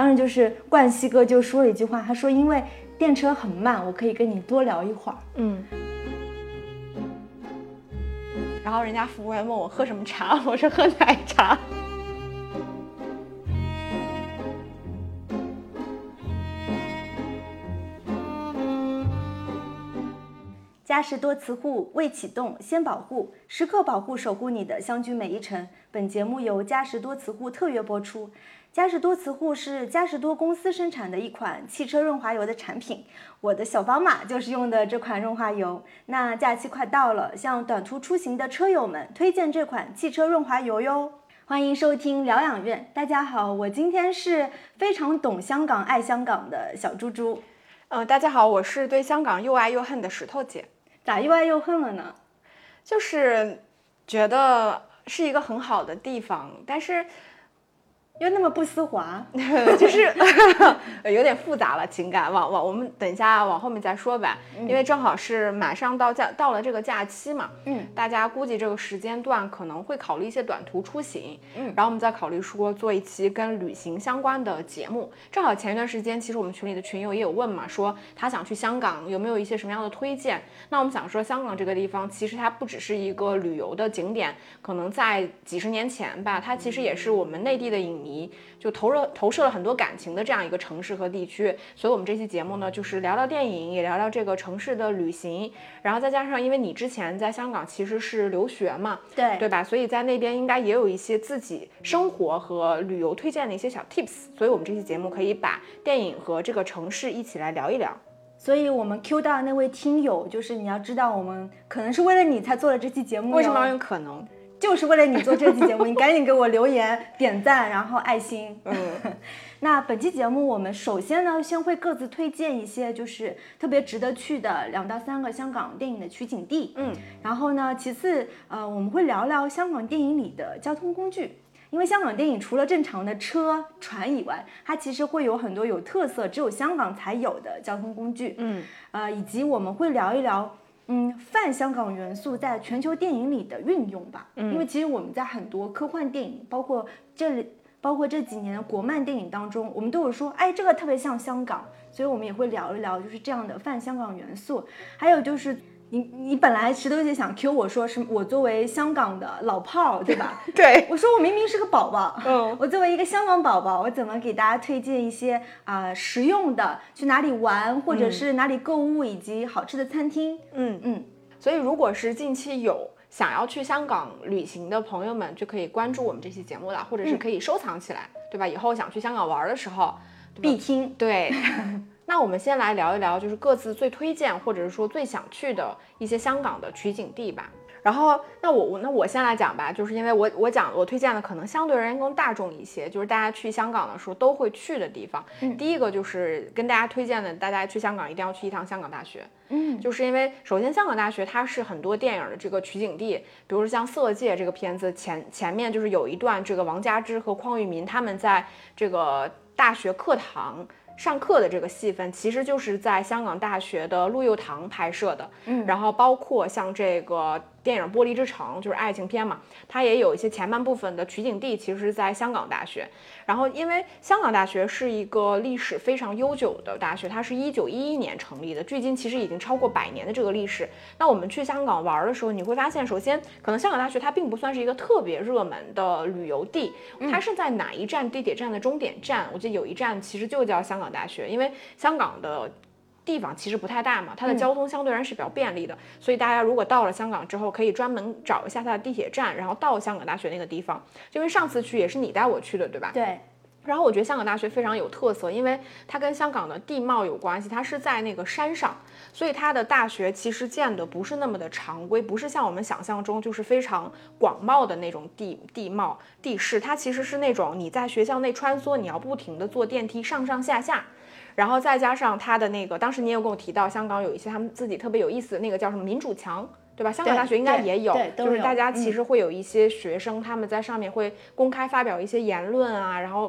当时就是冠希哥就说了一句话，他说因为电车很慢，我可以跟你多聊一会儿。 然后人家服务员问我喝什么茶，我说喝奶茶。 嘉实多磁护未启动先保护，时刻保护守护你的香居每一程。本节目由嘉实多磁护特约播出。嘉实多磁护是嘉实多公司生产的一款汽车润滑油的产品，我的小宝马就是用的这款润滑油。那假期快到了，向短途出行的车友们推荐这款汽车润滑油哟。欢迎收听疗养院，大家好，我今天是非常懂香港、爱香港的小猪猪。 大家好，我是对香港又爱又恨的石头姐。 咋又爱又恨了呢？ 就是觉得是一个很好的地方，但是又那么不丝滑， 就是有点复杂了情感。我们等一下往后面再说吧，因为正好是马上到了这个假期嘛，大家估计这个时间段可能会考虑一些短途出行，然后我们再考虑说做一期跟旅行相关的节目。正好前一段时间，其实我们群里的群友也有问嘛，说他想去香港，有没有一些什么样的推荐？那我们想说，香港这个地方其实它不只是一个旅游的景点，可能在几十年前吧，它其实也是我们内地的影迷就投射了很多感情的这样一个城市和地区。所以我们这期节目呢，就是聊聊电影，也聊聊这个城市的旅行，然后再加上因为你之前在香港其实是留学嘛，对吧？所以在那边应该也有一些自己生活和旅游推荐的一些小 tips， 所以我们这期节目可以把电影和这个城市一起来聊一聊。 所以我们 Q 到那位听友，就是你要知道，我们可能是为了你才做了这期节目。 为什么要用可能？ 就是为了你做这期节目，你赶紧给我留言、点赞，然后爱心。那本期节目我们首先呢，先会各自推荐一些就是特别值得去的2到3个香港电影的取景地。然后呢，其次我们会聊聊香港电影里的交通工具。因为香港电影除了正常的车船以外，它其实会有很多有特色只有香港才有的交通工具。以及我们会聊一聊泛香港元素在全球电影里的运用吧。因为其实我们在很多科幻电影，包括这几年的国漫电影当中，我们都有说，哎，这个特别像香港，所以我们也会聊一聊就是这样的泛香港元素。还有就是你本来石头姐想 Q 我说是我作为香港的老炮儿，对吧？ 对， 我说我明明是个宝宝，我作为一个香港宝宝，我怎么给大家推荐一些实用的，去哪里玩，或者是哪里购物，以及好吃的餐厅？ 所以如果是近期有想要去香港旅行的朋友们，就可以关注我们这期节目了，或者是可以收藏起来，对吧？以后想去香港玩的时候必听。 对。那我们先来聊一聊，就是各自最推荐或者是说最想去的一些香港的取景地吧。然后那我先来讲吧，就是因为我推荐的可能相对而言更大众一些，就是大家去香港的时候都会去的地方。第一个就是跟大家推荐的，大家去香港一定要去一趟香港大学。就是因为首先香港大学它是很多电影的这个取景地，比如说像《色戒》这个片子前面就是有一段这个王佳芝和匡裕民他们在这个大学课堂上课的这个戏份，其实就是在香港大学的陆佑堂拍摄的。然后包括像这个电影《玻璃之城》就是爱情片嘛，它也有一些前半部分的取景地其实是在香港大学。然后因为香港大学是一个历史非常悠久的大学，它是1911年成立的，距今其实已经超过100年的这个历史。那我们去香港玩的时候，你会发现首先可能香港大学它并不算是一个特别热门的旅游地，它是在哪一站地铁站的终点站，我记得有一站其实就叫香港大学。因为香港的地方其实不太大嘛，它的交通相对而言是比较便利的，所以大家如果到了香港之后，可以专门找一下它的地铁站，然后到香港大学那个地方。因为上次去也是你带我去的，对吧？ 对。 然后我觉得香港大学非常有特色，因为它跟香港的地貌有关系，它是在那个山上，所以它的大学其实建的不是那么的常规，不是像我们想象中就是非常广袤的那种地貌地势，它其实是那种你在学校内穿梭，你要不停的坐电梯上上下下。然后再加上它的那个，当时你也有跟我提到，香港有一些他们自己特别有意思的那个叫什么民主墙，对吧？香港大学应该也有，就是大家其实会有一些学生，他们在上面会公开发表一些言论啊，然后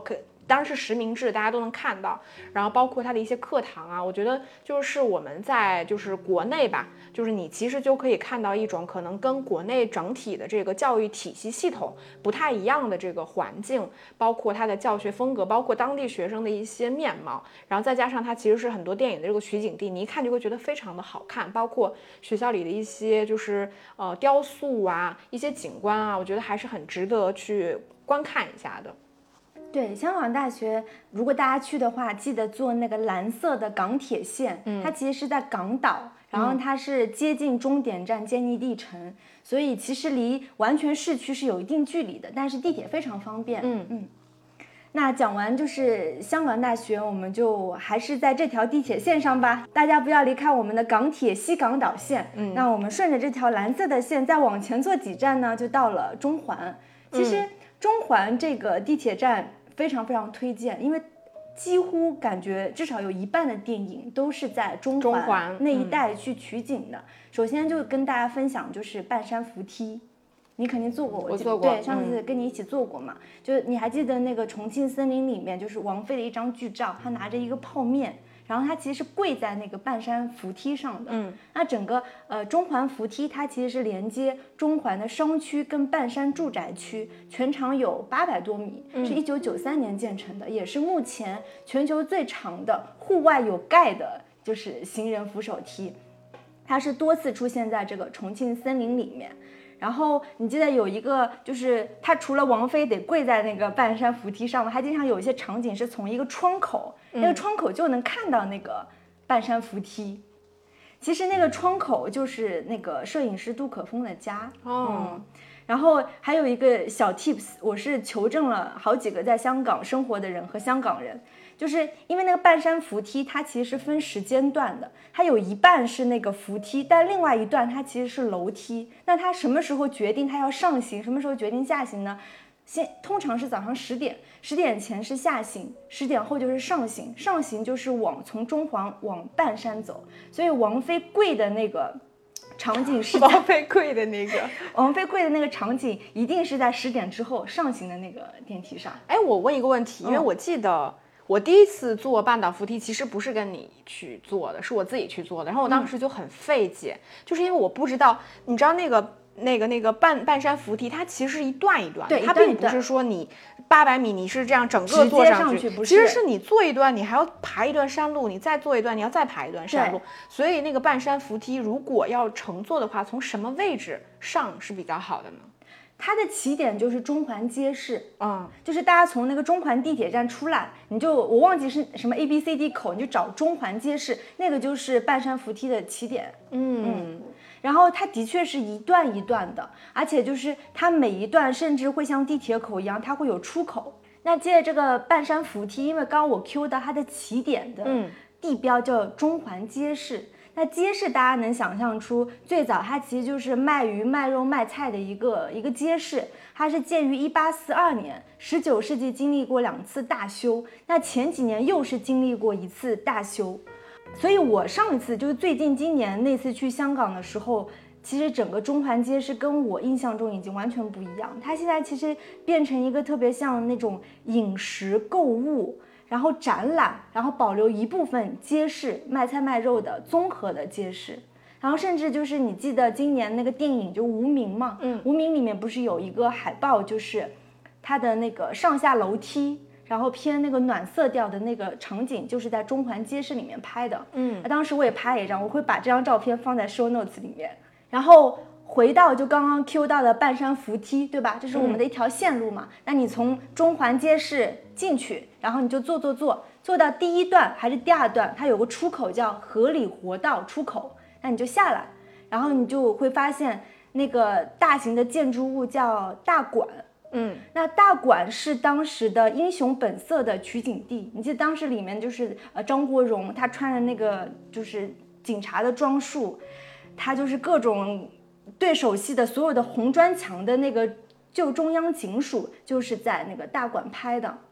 当然是实名制，大家都能看到。然后包括它的一些课堂啊，我觉得就是我们在就是国内吧，就是你其实就可以看到一种可能跟国内整体的这个教育体系系统不太一样的这个环境，包括它的教学风格，包括当地学生的一些面貌，然后再加上它其实是很多电影的这个取景地，你一看就会觉得非常的好看，包括学校里的一些就是雕塑啊，一些景观啊，我觉得还是很值得去观看一下的。 对，香港大学，如果大家去的话，记得坐那个蓝色的港铁线，它其实是在港岛，然后它是接近终点站坚尼地城，所以其实离完全市区是有一定距离的，但是地铁非常方便。那讲完就是香港大学，我们就还是在这条地铁线上吧，大家不要离开我们的港铁西港岛线。那我们顺着这条蓝色的线再往前坐几站呢，就到了中环。其实中环这个地铁站非常非常推荐，因为几乎感觉至少有一半的电影都是在中环那一带去取景的。首先就跟大家分享就是半山扶梯，你肯定坐过， 我坐过， 对，上次跟你一起坐过嘛。就你还记得那个重庆森林里面，就是王菲的一张剧照，她拿着一个泡面，然后她其实是跪在那个半山扶梯上的。那整个中环扶梯它其实是连接中环的商区跟半山住宅区，全长有800多米，是1993年建成的，也是目前全球最长的户外有盖的就是行人扶手梯，它是多次出现在这个重庆森林里面。然后你记得有一个，就是他除了王菲得跪在那个半山扶梯上，还经常有一些场景是从一个窗口，那个窗口就能看到那个半山扶梯。其实那个窗口就是那个摄影师杜可风的家。然后还有一个小 tips， 我是求证了好几个在香港生活的人和香港人，就是因为那个半山扶梯它其实是分时间段的，它有一半是那个扶梯，但另外一段它其实是楼梯。那它什么时候决定它要上行，什么时候决定下行呢？通常是早上10点，10点前是下行，10点后就是上行，上行就是从中环往半山走。所以王菲跪的那个场景是王菲跪的那个， 王菲跪的那个场景一定是在10点之后上行的那个电梯上。 哎，我问一个问题，因为我记得我第一次坐半岛扶梯其实不是跟你去坐的，是我自己去坐的，然后我当时就很费解，就是因为我不知道，你知道那个半山扶梯，它其实是一段一段的， 对， 它并不是说你800米你是这样整个坐上去， 不是， 其实是你坐一段，你还要爬一段山路，你再坐一段，你要再爬一段山路。所以那个半山扶梯如果要乘坐的话，从什么位置上是比较好的呢？ 它的起点就是中环街市，就是大家从那个中环地铁站出来，我忘记是什么 ABCD 口，你就找中环街市，那个就是半山扶梯的起点。然后它的确是一段一段的，而且就是它每一段甚至会像地铁口一样，它会有出口。那接着这个半山扶梯，因为刚刚我 Q 到它的起点的地标叫中环街市，那街市大家能想象出，最早它其实就是卖鱼、卖肉、卖菜的一个街市，它是建于1842年，19世纪经历过2次大修，那前几年又是经历过1次大修。所以我上一次就是最近今年那次去香港的时候，其实整个中环街市跟我印象中已经完全不一样，它现在其实变成一个特别像那种饮食购物，然后展览，然后保留一部分街市卖菜卖肉的综合的街市。然后甚至就是你记得今年那个电影就无名嘛，无名里面不是有一个海报，就是它的那个上下楼梯，然后偏那个暖色调的那个场景，就是在中环街市里面拍的。当时我也拍了一张，我会把这张照片放在 show notes 里面。然后回到就刚刚 Q 到的半山扶梯，对吧？这是我们的一条线路嘛。那你从中环街市进去，然后你就坐到第一段还是第2段，它有个出口叫合理活道出口，那你就下来，然后你就会发现那个大型的建筑物叫大馆。那大馆是当时的英雄本色的取景地，你记得当时里面就是张国荣他穿的那个就是警察的装束，他就是各种对手戏的所有的红砖墙的那个旧中央警署就是在那个大馆拍的。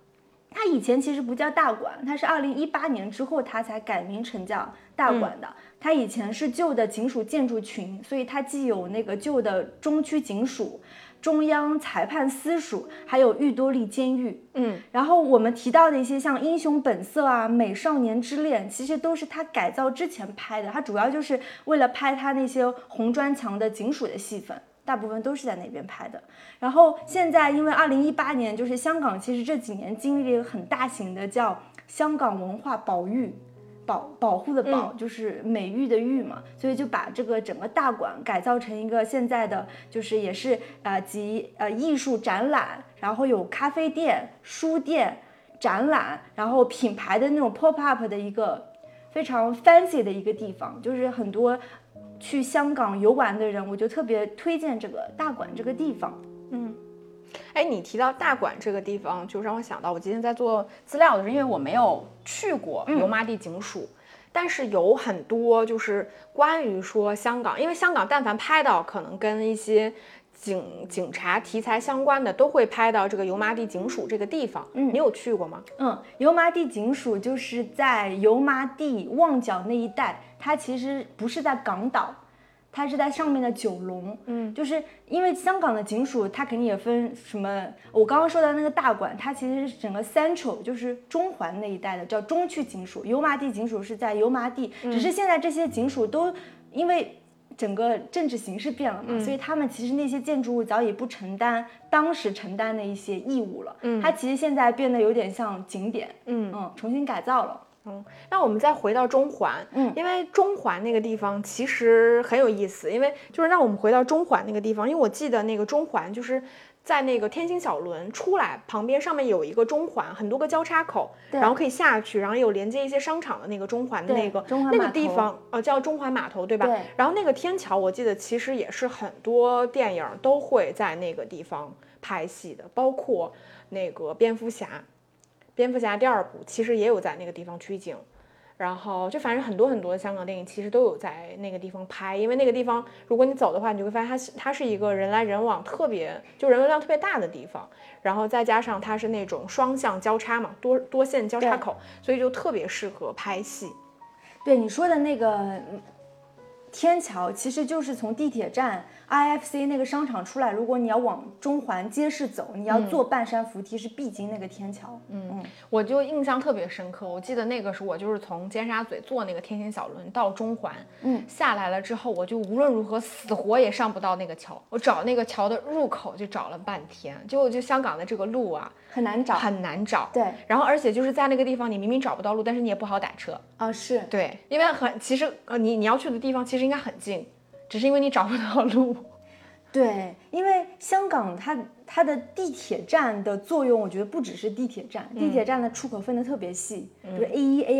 它以前其实不叫大馆，它是2018年之后它才改名成叫大馆的。它以前是旧的警署建筑群，所以它既有那个旧的中区警署、中央裁判司署，还有裕多利监狱。然后我们提到的一些像《英雄本色》啊、《美少年之恋》，其实都是他改造之前拍的。他主要就是为了拍他那些红砖墙的警署的戏份。大部分都是在那边拍的。然后现在因为2018年就是香港其实这几年经历了一个很大型的叫香港文化保育，保护的保就是美育的育嘛，所以就把这个整个大馆改造成一个现在的就是也是集艺术展览，然后有咖啡店、书店、展览，然后品牌的那种 pop up 的一个非常 fancy 的一个地方，就是很多去香港游玩的人，我就特别推荐这个大馆这个地方。 哎，你提到大馆这个地方，就让我想到我今天在做资料的时候，因为我没有去过油麻地警署，但是有很多就是关于说香港，因为香港但凡拍到可能跟一些警察题材相关的，都会拍到这个油麻地警署这个地方。你有去过吗？ 油麻地警署就是在油麻地旺角那一带，它其实不是在港岛。它是在上面的九龙，就是因为香港的警署，它肯定也分什么。我刚刚说的那个大馆，它其实是整个 Central， 就是中环那一带的，叫中区警署。油麻地警署是在油麻地，只是现在这些警署都因为整个政治形势变了嘛，所以他们其实那些建筑物早已不承担当时承担的一些义务了。它其实现在变得有点像景点，重新改造了。 那我们再回到中环，因为中环那个地方其实很有意思，因为就是让我们回到中环那个地方，因为我记得那个中环就是在那个天星小轮出来旁边上面有一个中环，很多个交叉口，然后可以下去，然后有连接一些商场的那个中环的那个地方，叫中环码头，对吧？ 对。 然后那个天桥，我记得其实也是很多电影都会在那个地方拍戏的，包括那个蝙蝠侠第2部其实也有在那个地方取景，然后就反正很多很多的香港电影其实都有在那个地方拍，因为那个地方如果你走的话，你就会发现它是一个人来人往特别就人流量特别大的地方，然后再加上它是那种双向交叉嘛，多线交叉口，所以就特别适合拍戏。 对你说的那个天桥，其实就是从地铁站 IFC 那个商场出来，如果你要往中环街市走，你要坐半山扶梯是必经那个天桥。 我就印象特别深刻，我记得那个时候我就是从尖沙咀坐那个天星小轮到中环，下来了之后，我就无论如何死活也上不到那个桥，我找那个桥的入口就找了半天，就香港的这个路啊很难找。对， 然后而且就是在那个地方，你明明找不到路，但是你也不好打车啊。是对，因为其实你要去的地方其实应该很近，只是因为你找不到路。 对，因为香港它的地铁站的作用，我觉得不只是地铁站，地铁站的出口分得特别细，比如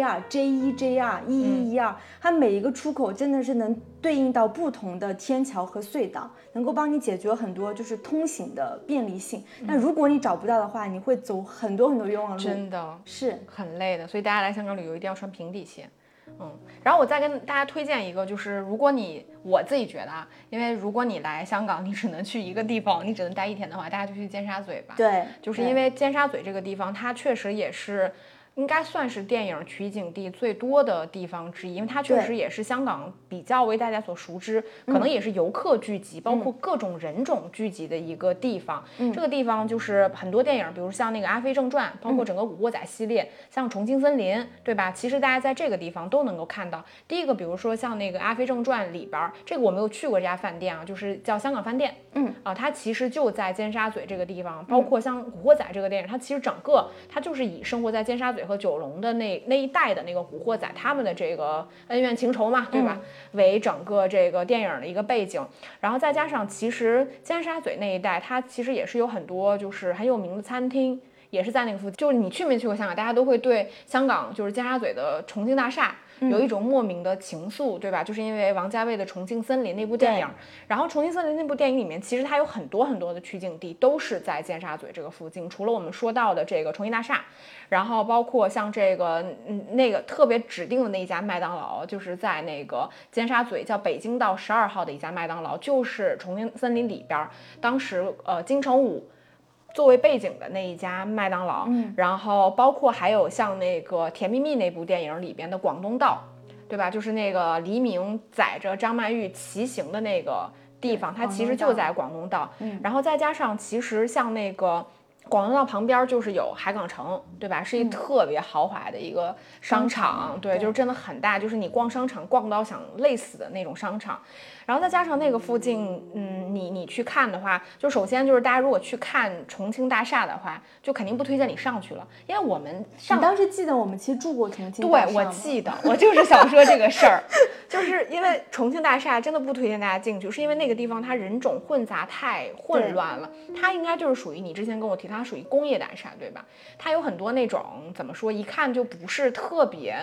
A1、A2、J1、JR、1112，它每一个出口真的是能对应到不同的天桥和隧道，能够帮你解决很多就是通行的便利性。但如果你找不到的话，你会走很多很多冤枉路， 真的是很累的。所以大家来香港旅游一定要穿平底鞋。然后我再跟大家推荐一个，就是如果我自己觉得啊，因为如果你来香港，你只能去一个地方，你只能待1天的话，大家就去尖沙咀吧。 对， 就是因为尖沙咀这个地方，它确实也是应该算是电影取景地最多的地方之一，因为它确实也是香港比较为大家所熟知，可能也是游客聚集，包括各种人种聚集的一个地方。这个地方就是很多电影，比如像那个《阿飞正传》，包括整个《古惑仔》系列，像《重庆森林》，对吧？其实大家在这个地方都能够看到。第一个，比如说像那个《阿飞正传》里边，这个我没有去过这家饭店啊，就是叫香港饭店。它其实就在尖沙咀这个地方，包括像《古惑仔》这个电影，它其实整个它就是以生活在尖沙咀和九龙的那一带的那个古惑仔他们的这个恩怨情仇嘛，对吧？为整个这个电影的一个背景，然后再加上其实尖沙咀那一带，它其实也是有很多就是很有名的餐厅，也是在那个附近。就是你去没去过香港，大家都会对香港就是尖沙咀的重庆大厦有一种莫名的情愫，对吧？就是因为王家卫的《重庆森林》那部电影，然后《重庆森林》那部电影里面，其实它有很多很多的取景地都是在尖沙咀这个附近，除了我们说到的这个重庆大厦，然后包括像这个那个特别指定的那一家麦当劳，就是在那个尖沙咀叫北京道12号的一家麦当劳，就是《重庆森林》里边当时金城武作为背景的那一家麦当劳，然后包括还有像那个《甜蜜蜜》那部电影里边的广东道，对吧？就是那个黎明载着张曼玉骑行的那个地方，它其实就在广东道。然后再加上其实像那个广东道旁边就是有海港城，对吧？是一特别豪华的一个商场，对，就是真的很大，就是你逛商场逛到想累死的那种商场。然后再加上那个附近，你去看的话，就首先就是大家如果去看重庆大厦的话，就肯定不推荐你上去了，因为我们你当时记得我们其实住过重庆大厦吗？ 对，我记得，我就是想说这个事儿，就是因为重庆大厦真的不推荐大家进去，是因为那个地方它人种混杂太混乱了，它应该就是属于你之前跟我提，它属于工业大厦，对吧？它有很多那种怎么说，一看就不是特别，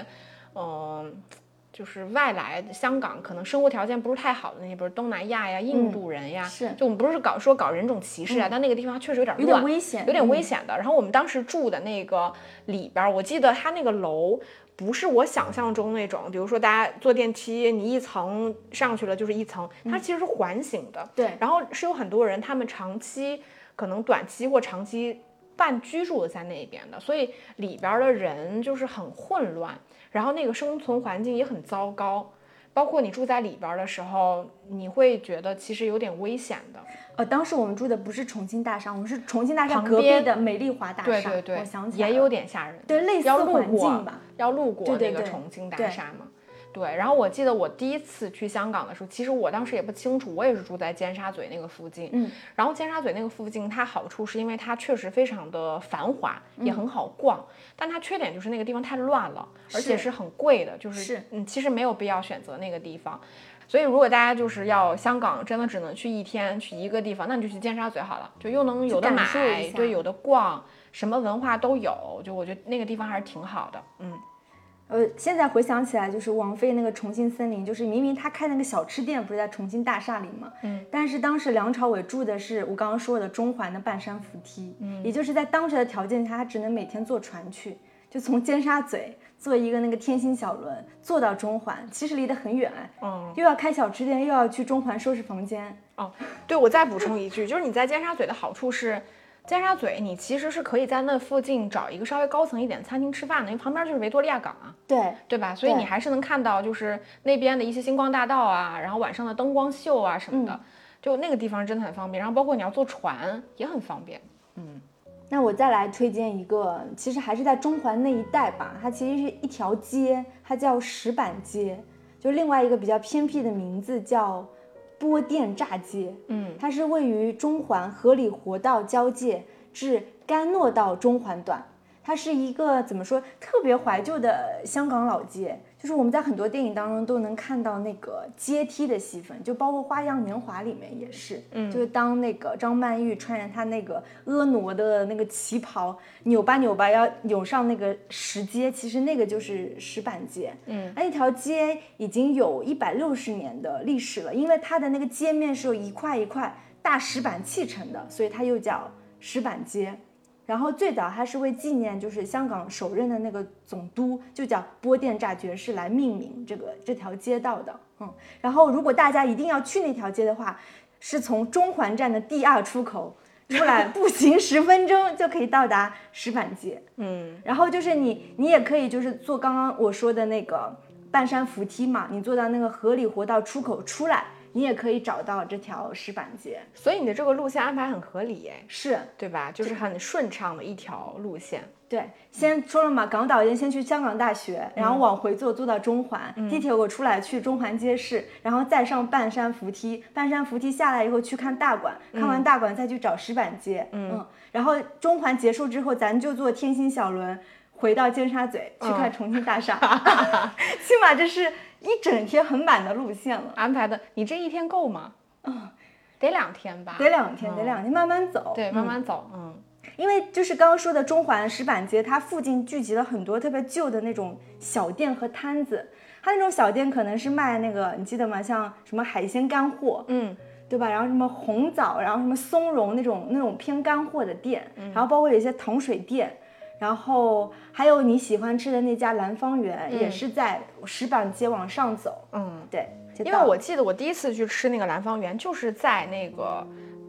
就是外来的香港可能生活条件不是太好的那些，比如东南亚呀、印度人呀， 是， 就我们不是搞人种歧视啊，但那个地方确实有点乱， 有点危险， 有点危险的。然后我们当时住的那个里边，我记得它那个楼不是我想象中那种，比如说大家坐电梯，你一层上去了就是一层，它其实是环形的， 对。 然后是有很多人，他们长期可能短期或长期半居住在那边的，所以里边的人就是很混乱。然后那个生存环境也很糟糕，包括你住在里边的时候，你会觉得其实有点危险的。 当时我们住的不是重庆大厦，我们是重庆大厦隔壁的美丽华大厦。 对对对， 我想起来也有点吓人。 对，类似环境吧， 要路过那个重庆大厦嘛。对，然后我记得我第一次去香港的时候，其实我当时也不清楚，我也是住在尖沙咀那个附近。然后尖沙咀那个附近，它好处是因为它确实非常的繁华，也很好逛，但它缺点就是那个地方太乱了，而且是很贵的，就是其实没有必要选择那个地方。所以如果大家就是要香港真的只能去一天去一个地方，那你就去尖沙咀好了，就又能有的买，对，有的逛，什么文化都有，就我觉得那个地方还是挺好的。 现在回想起来，就是王菲那个重庆森林，就是明明她开那个小吃店不是在重庆大厦里嘛，但是当时梁朝伟住的是我刚刚说的中环的半山扶梯，也就是在当时的条件下，他只能每天坐船去，就从尖沙咀坐一个那个天星小轮坐到中环，其实离得很远，又要开小吃店，又要去中环收拾房间。 对，我再补充一句，就是你在尖沙咀的好处是。尖沙咀，你其实是可以在那附近找一个稍微高层一点餐厅吃饭的，因为旁边就是维多利亚港啊，对吧？所以你还是能看到就是那边的一些星光大道啊，然后晚上的灯光秀啊什么的，就那个地方真的很方便。然后包括你要坐船也很方便。 那我再来推荐一个，其实还是在中环那一带吧，它其实是一条街，它叫石板街，就另外一个比较偏僻的名字叫波店乍街，它是位于中环合理活道交界至甘诺道中环段，它是一个怎么说特别怀旧的香港老街，就是我们在很多电影当中都能看到那个阶梯的戏份，就包括《花样年华》里面也是，就是当那个张曼玉穿着她那个婀娜的那个旗袍扭吧扭吧要扭上那个石阶，其实那个就是石板街。那条街已经有160年的历史了，因为它的那个街面是由一块一块大石板砌成的，所以它又叫石板街。然后最早它是为纪念就是香港首任的那个总督，就叫波店乍爵士来命名这条街道的。然后如果大家一定要去那条街的话，是从中环站的第2出口出来，步行10分钟就可以到达石板街。然后就是你也可以就是坐刚刚我说的那个半山扶梯嘛，你坐到那个合理活道出口出来，你也可以找到这条石板街。 所以你的这个路线安排很合理， 是对吧？就是很顺畅的一条路线。 对，先说了嘛，港岛先去香港大学，然后往回坐到中环，地铁我出来去中环街市，然后再上半山扶梯，半山扶梯下来以后去看大馆，看完大馆再去找石板街，然后中环结束之后，咱就坐天星小轮回到尖沙咀去看重庆大厦，起码这是一整天很满的路线了。 安排的，你这一天够吗？得2天吧。 得两天，慢慢走。 对，慢慢走。 因为就是刚刚说的中环石板街，它附近聚集了很多特别旧的那种小店和摊子。它那种小店可能是卖那个，你记得吗？像什么海鲜干货，对吧？然后什么红枣，然后什么松茸那种偏干货的店，然后包括有一些糖水店，然后还有你喜欢吃的那家兰芳园，也是在石板街往上走。对， 因为我记得我第一次去吃那个兰芳园，就是在那个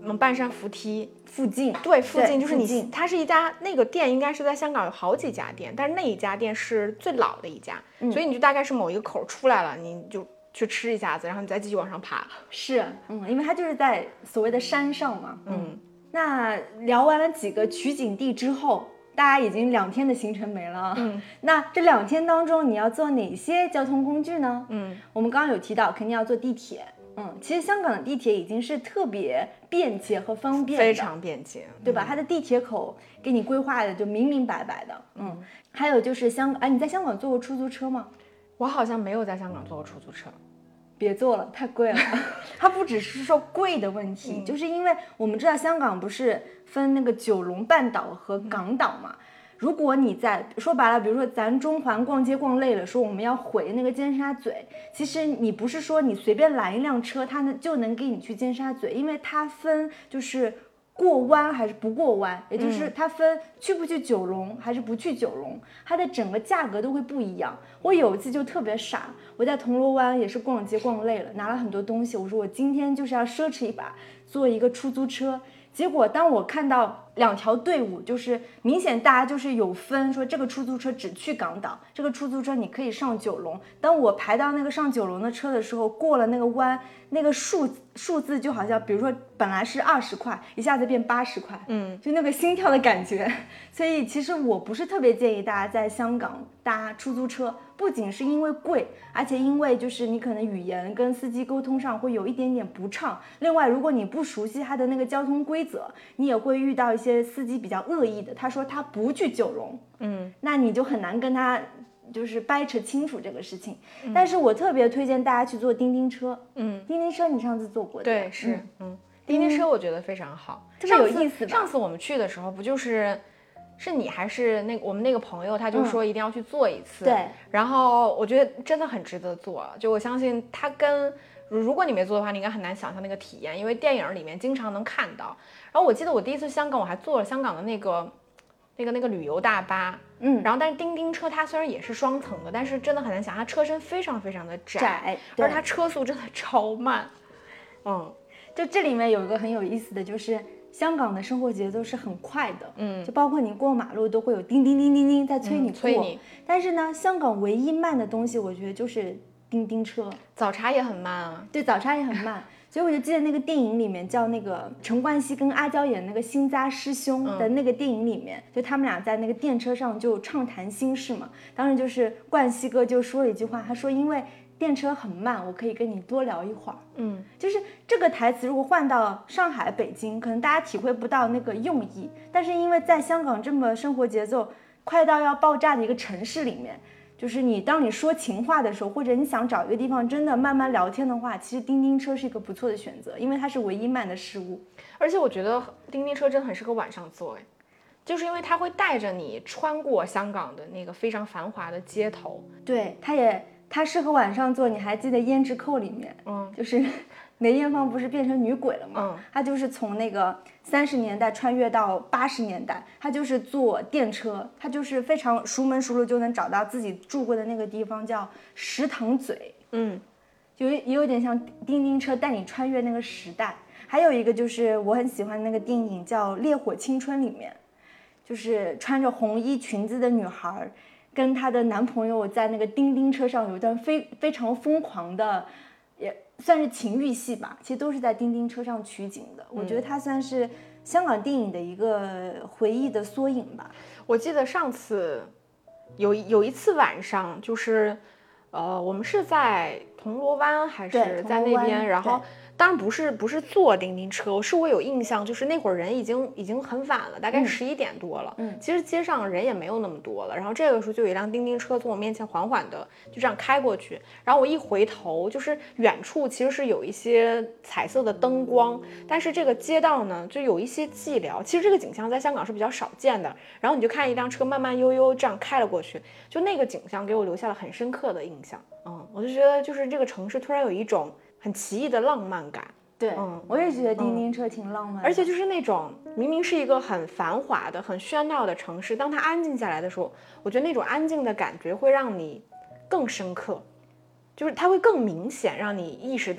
半山扶梯附近， 对，附近就是附近它是一家那个店，应该是在香港有好几家店，但是那一家店是最老的一家，所以你就大概是某一个口出来了，你就去吃一下子，然后你再继续往上爬。 是，因为它就是在所谓的山上嘛。那聊完了几个取景地之后，大家已经2天的行程没了。那这2天当中你要坐哪些交通工具呢？我们刚刚有提到肯定要坐地铁。其实香港的地铁已经是特别便捷和方便的， 非常便捷， 对吧？它的地铁口给你规划的就明明白白的。还有就是你在香港坐过出租车吗？ 我好像没有在香港坐过出租车。 别坐了，太贵了。它不只是说贵的问题，就是因为我们知道香港不是分那个九龙半岛和港岛嘛。如果你说白了，比如说咱中环逛街逛累了，说我们要回那个尖沙咀，其实你不是说你随便拦一辆车，它就能给你去尖沙咀，因为它分就是过弯还是不过弯，也就是它分去不去九龙还是不去九龙，它的整个价格都会不一样。我有一次就特别傻，我在铜锣湾也是逛街逛累了，拿了很多东西，我说我今天就是要奢侈一把，坐一个出租车。结果当我看到2条队伍，就是明显大家就是有分，说这个出租车只去港岛，这个出租车你可以上九龙。当我排到那个上九龙的车的时候，过了那个弯，那个数字就好像，比如说本来是20块，一下子变80块，就那个心跳的感觉。所以其实我不是特别建议大家在香港搭出租车，不仅是因为贵，而且因为就是你可能语言跟司机沟通上会有一点点不畅。另外，如果你不熟悉它的那个交通规则，你也会遇到一些司机比较恶意的，他说他不去九龙，那你就很难跟他就是掰扯清楚这个事情。但是我特别推荐大家去坐叮叮车。叮叮车你上次坐过的？ 对，是，叮叮车我觉得非常好， 特别有意思吧。 上次我们去的时候，不就是你还是我们那个朋友，他就说一定要去坐一次。 对， 然后我觉得真的很值得坐，就我相信它跟如果你没坐的话，你应该很难想象那个体验，因为电影里面经常能看到。然后我记得我第一次香港，我还坐了香港的那个旅游大巴，然后但是叮叮车它虽然也是双层的，但是真的很难想，它车身非常非常的窄，而它车速真的超慢。 就这里面有一个很有意思的就是。香港的生活节奏是很快的，就包括你过马路都会有叮叮叮叮叮在催你过，但是呢，香港唯一慢的东西，我觉得就是叮叮车。 早茶也很慢啊， 对，早茶也很慢，所以我就记得那个电影里面叫那个陈冠希跟阿娇演那个新扎师兄的那个电影里面，就他们俩在那个电车上就畅谈心事嘛。当时就是冠希哥就说了一句话，他说因为电车很慢，我可以跟你多聊一会儿。就是这个台词如果换到上海、北京，可能大家体会不到那个用意，但是因为在香港这么生活节奏快到要爆炸的一个城市里面，就是当你说情话的时候，或者你想找一个地方真的慢慢聊天的话，其实叮叮车是一个不错的选择，因为它是唯一慢的事物。 而且我觉得叮叮车真的很适合晚上坐，就是因为它会带着你穿过香港的那个非常繁华的街头。 对，它适合晚上坐。你还记得《胭脂扣》里面，就是梅艳芳不是变成女鬼了吗？她就是从那个30年代穿越到80年代，她就是坐电车，她就是非常熟门熟路就能找到自己住过的那个地方，叫石塘咀。也有点像叮叮车带你穿越那个时代。还有一个就是我很喜欢的那个电影叫《烈火青春》里面，就是穿着红衣裙子的女孩跟她的男朋友在那个叮叮车上有一段非常疯狂的，也算是情欲戏吧，其实都是在叮叮车上取景的。我觉得它算是香港电影的一个回忆的缩影吧。 我记得上次有一次晚上，就是我们是在铜锣湾还是在那边，然后当然不是坐叮叮车，是我有印象，就是那会儿人已经很晚了，大概11点多了。其实街上人也没有那么多了。然后这个时候就有一辆叮叮车从我面前缓缓的就这样开过去，然后我一回头，就是远处其实是有一些彩色的灯光，但是这个街道呢就有一些寂寥。其实这个景象在香港是比较少见的。然后你就看一辆车慢慢悠悠这样开了过去，就那个景象给我留下了很深刻的印象。我就觉得就是这个城市突然有一种很奇异的浪漫感。 对，我也觉得叮叮车挺浪漫的。 而且就是那种明明是一个很繁华的很喧闹的城市，当它安静下来的时候，我觉得那种安静的感觉会让你更深刻，就是它会更明显让你意识到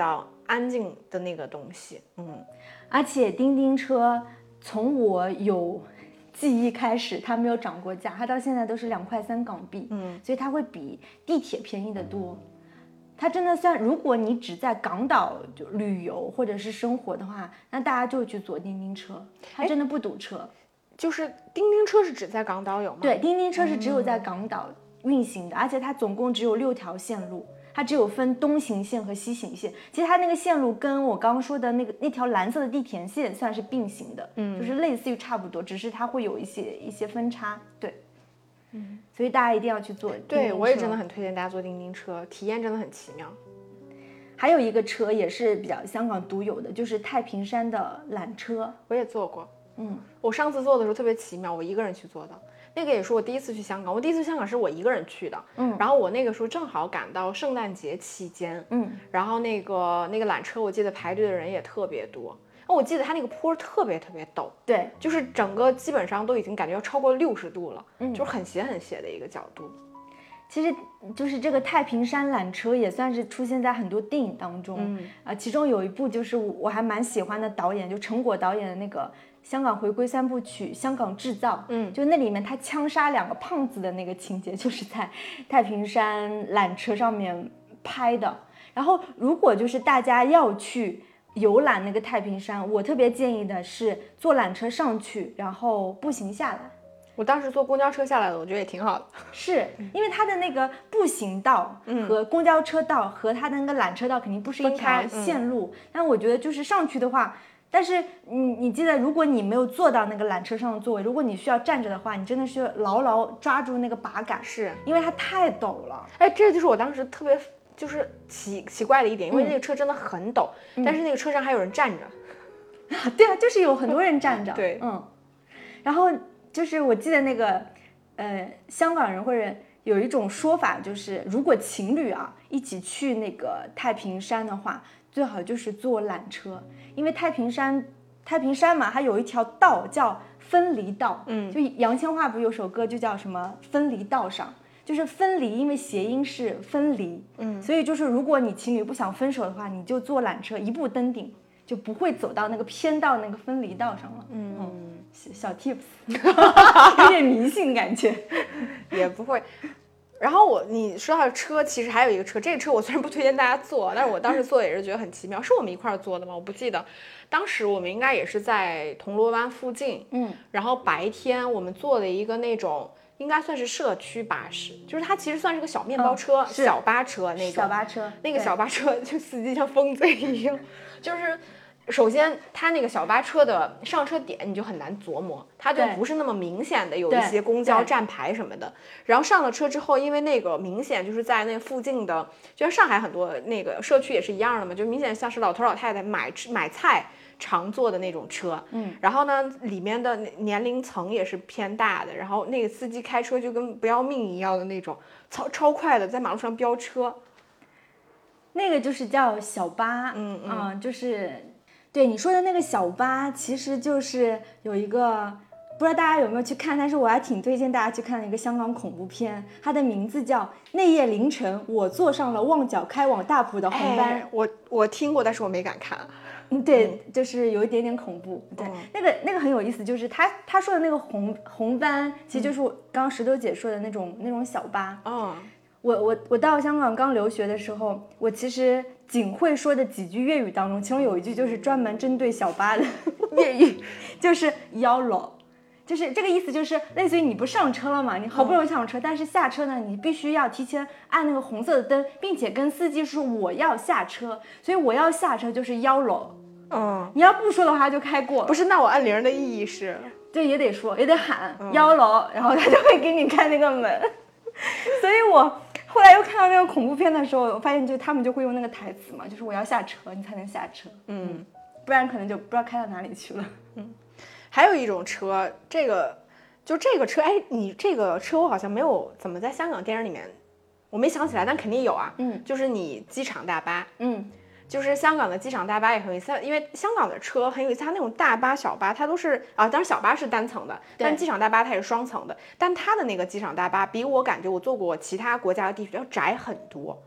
安静的那个东西。 而且叮叮车从我有记忆开始，它没有涨过价，它到现在都是2.3港币，所以它会比地铁便宜得多。它真的算，如果你只在港岛就旅游或者是生活的话，那大家就去坐叮叮车，它真的不堵车。 就是叮叮车是只在港岛有吗？ 对，叮叮车是只有在港岛运行的，而且它总共只有6条线路，它只有分东行线和西行线。其实它那个线路跟我刚刚说的那条蓝色的地铁线算是并行的，就是类似于差不多，只是它会有一些分差。对，所以大家一定要去坐叮叮车。 对，我也真的很推荐大家坐叮叮车，体验真的很奇妙。 还有一个车也是比较香港独有的，就是太平山的缆车， 我也坐过。我上次坐的时候特别奇妙，我一个人去坐的。那个也是我第一次去香港，我第一次去香港是我一个人去的。然后我那个时候正好赶到圣诞节期间。然后那个缆车，我记得排队的人也特别多。我记得它那个坡特别特别陡， 对， 就是整个基本上都已经感觉要超过60度了，就是很斜很斜的一个角度。 其实就是这个太平山缆车也算是出现在很多电影当中，其中有一部就是我还蛮喜欢的导演，就陈果导演的那个香港回归3部曲《香港制造》，就那里面他枪杀2个胖子的那个情节，就是在太平山缆车上面拍的。然后如果就是大家要去游览那个太平山，我特别建议的是坐缆车上去，然后步行下来。 我当时坐公交车下来的，我觉得也挺好的。 是因为它的那个步行道和公交车道和它的那个缆车道肯定不是一条线路，但我觉得就是上去的话，但是你记得，如果你没有坐到那个缆车上的座位，如果你需要站着的话，你真的需要牢牢抓住那个把杆， 是因为它太陡了。 这就是我当时特别就是奇怪的一点，因为那个车真的很陡，但是那个车上还有人站着。 对啊，就是有很多人站着。 对， 然后就是我记得那个香港人或者有一种说法，就是如果情侣一起去那个太平山的话，最好就是坐缆车，因为太平山嘛，它有一条道叫分离道，就杨千嬅不有首歌就叫什么分离道上，就是分离，因为谐音是分离，所以就是如果你情侣不想分手的话，你就坐缆车一步登顶，就不会走到那个偏到那个分离道上了。小 tips， 有点迷信感觉， 也不会。然后你说到车，其实还有一个车，这个车我虽然不推荐大家坐，但是我当时坐也是觉得很奇妙。是我们一块儿坐的吗？我不记得。当时我们应该也是在铜锣湾附近，然后白天我们坐了一个那种应该算是社区巴士，就是它其实算是个小面包车、小巴车那种。 小巴车， 那个小巴车就司机像疯子一样，就是。首先，它那个小巴车的上车点你就很难琢磨，它就不是那么明显的有一些公交站牌什么的。然后上了车之后，因为那个明显就是在那附近的，就像上海很多那个社区也是一样的嘛，就明显像是老头老太太买菜常坐的那种车。然后呢，里面的年龄层也是偏大的，然后那个司机开车就跟不要命一样的那种，超快的在马路上飙车。 那个就是叫小巴，就是。对你说的那个小巴，其实就是有一个不知道大家有没有去看，但是我还挺推荐大家去看的一个香港恐怖片，它的名字叫《那夜凌晨我坐上了旺角开往大埔的红班》。 我听过，但是我没敢看。 对，就是有一点点恐怖。对，那个很有意思，就是他说的那个红班，其实就是刚刚石头姐说的那种小巴。我到香港刚留学的时候，我其实仅会说的几句粤语当中，其中有一句就是专门针对小巴的粤语，就是腰裸，就是这个意思，就是类似于你不上车了嘛，你好不容易上车，但是下车呢，你必须要提前按那个红色的灯，并且跟司机说我要下车，所以我要下车就是腰裸。你要不说的话就开过了。 不是，那我按铃的意义是？ 对，也得说，也得喊腰裸，然后他就会给你开那个门。所以我后来又看到那个恐怖片的时候，我发现就他们就会用那个台词嘛，就是我要下车你才能下车，不然可能就不知道开到哪里去了。 还有一种车，这个车，你这个车我好像没有怎么在香港电影里面，我没想起来，但肯定有啊。就是你机场大巴，就是香港的机场大巴也很有意思，因为香港的车很有意思，它那种大巴小巴它都是当然小巴是单层的，但机场大巴它也是双层的，但它的那个机场大巴比我感觉我坐过其他国家的地铁要窄很多，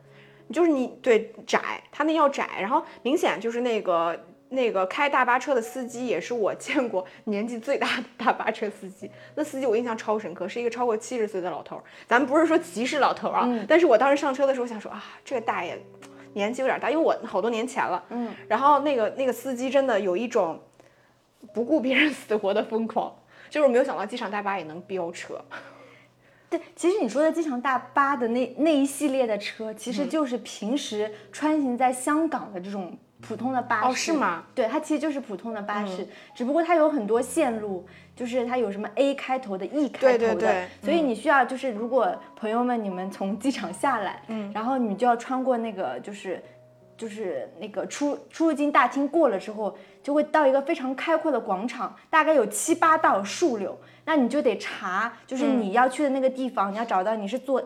就是你对窄，它那要窄，然后明显就是那个开大巴车的司机也是我见过年纪最大的大巴车司机。那司机我印象超深刻，是一个超过70岁的老头。咱们不是说歧视老头啊，但是我当时上车的时候想说啊，这个大爷年纪有点大，因为我好多年前了。然后那个司机真的有一种不顾别人死活的疯狂，就是我没有想到机场大巴也能飙车。 对，其实你说的机场大巴的那一系列的车，其实就是平时穿行在香港的这种普通的巴士。 哦，是吗？ 对，它其实就是普通的巴士，只不过它有很多线路，就是它有什么 A 开头的 E 开头的， 对， 所以你需要就是如果朋友们你们从机场下来，然后你就要穿过那个就是那个出入境大厅过了之后，就会到一个非常开阔的广场，大概有7、8道树柳，那你就得查，就是你要去的那个地方，你要找到你是坐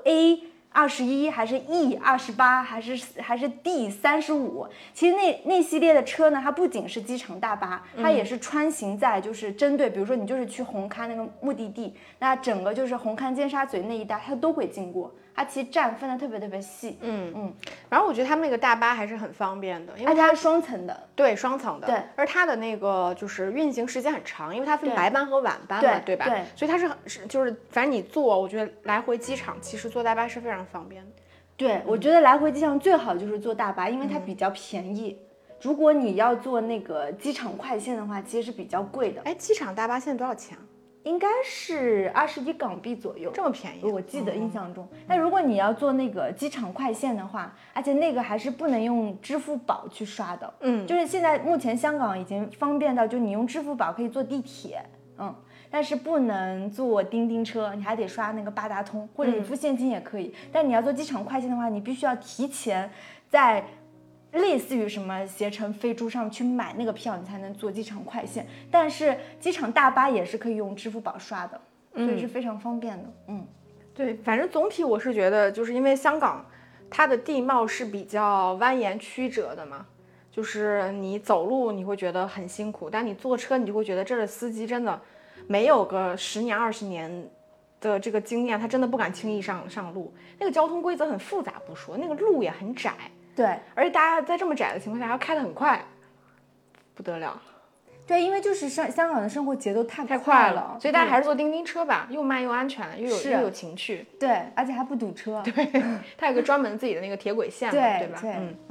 A21还是 E28还是 D35。其实那系列的车呢，它不仅是机场大巴，它也是穿行在就是针对，比如说你就是去红磡那个目的地，那整个就是红磡尖沙咀那一带，它都会经过。它其实站分的特别特别细， 然后我觉得他们那个大巴还是很方便的，因为它是双层的， 对，双层的， 对， 而它的那个就是运行时间很长，因为它分白班和晚班嘛，对吧？ 对， 所以它就是反正你坐，我觉得来回机场其实坐大巴是非常方便的。 对，我觉得来回机场最好就是坐大巴，因为它比较便宜。如果你要坐那个机场快线的话，其实是比较贵的。 哎，机场大巴现在多少钱？ 应该是21港币左右， 这么便宜？ 我记得印象中。但如果你要做那个机场快线的话，而且那个还是不能用支付宝去刷的。就是现在目前香港已经方便到，就你用支付宝可以坐地铁，但是不能坐叮叮车，你还得刷那个八达通，或者你付现金也可以。但你要坐机场快线的话，你必须要提前在类似于什么携程、飞猪上去买那个票，你才能坐机场快线。但是机场大巴也是可以用支付宝刷的，所以是非常方便的。 对，反正总体我是觉得，就是因为香港它的地貌是比较蜿蜒曲折的嘛，就是你走路你会觉得很辛苦，但你坐车你就会觉得这儿的司机真的没有个10年20年的这个经验，他真的不敢轻易上路。那个交通规则很复杂不说，那个路也很窄。 对， 而且大家在这么窄的情况下还要开得很快，不得了。 对，因为就是香港的生活节奏太快了， 所以大家还是坐叮叮车吧，又慢又安全，又有情趣。 对，而且还不堵车。 对，它有个专门自己的那个铁轨线嘛，对吧？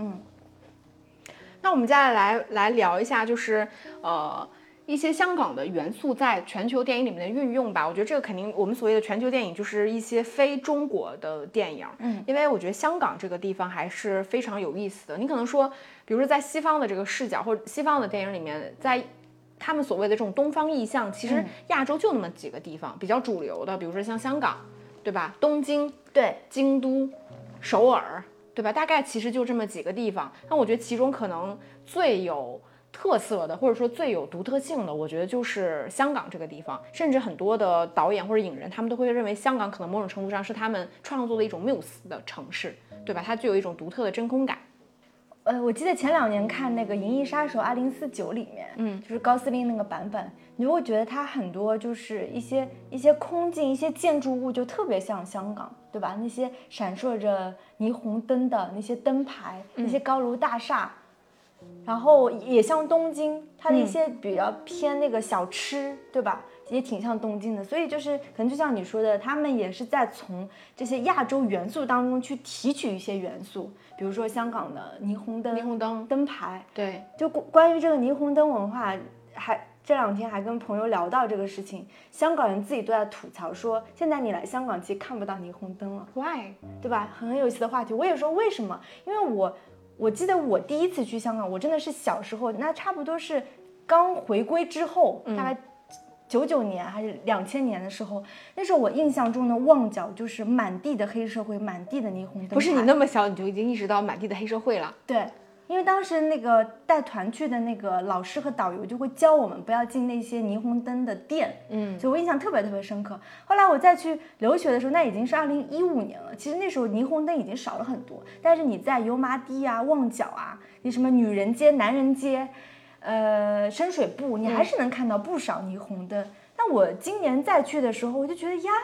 那我们接下来聊一下，就是一些香港的元素在全球电影里面的运用吧。我觉得这个肯定，我们所谓的全球电影就是一些非中国的电影。因为我觉得香港这个地方还是非常有意思的。你可能说，比如说在西方的这个视角或者西方的电影里面，在他们所谓的这种东方意象，其实亚洲就那么几个地方比较主流的，比如说像香港，对吧？东京， 对， 京都，首尔，对吧？大概其实就这么几个地方。那我觉得其中可能最有特色的，或者说最有独特性的，我觉得就是香港这个地方。甚至很多的导演或者影人，他们都会认为香港可能某种程度上是他们创作的一种缪斯的城市，对吧？它具有一种独特的真空感。 我记得前2年看那个《银翼杀手2049》里面，就是高司令那个版本，你就会觉得它很多就是一些空镜、一些建筑物就特别像香港，对吧？那些闪烁着霓虹灯的那些灯牌，那些高楼大厦，然后也像东京，它的一些比较偏那个小吃，对吧？也挺像东京的，所以就是可能就像你说的，他们也是在从这些亚洲元素当中去提取一些元素，比如说香港的霓虹灯、灯牌。 对， 就关于这个霓虹灯文化，这2天还跟朋友聊到这个事情，香港人自己都在吐槽说，现在你来香港其实看不到霓虹灯了 ，Why？ 对吧？很有意思的话题。我也说为什么？因为我记得我第一次去香港，我真的是小时候，那差不多是刚回归之后，大概99年还是2000年的时候，那时候我印象中的旺角就是满地的黑社会，满地的霓虹灯牌。 不是你那么小你就已经意识到满地的黑社会了？ 对，因为当时那个带团去的那个老师和导游就会教我们不要进那些霓虹灯的店，所以我印象特别特别深刻。后来我再去留学的时候，那已经是2015年了，其实那时候霓虹灯已经少了很多，但是你在油麻地啊、旺角啊，你什么女人街、男人街。深水埗，你还是能看到不少霓虹灯。那我今年再去的时候，我就觉得呀，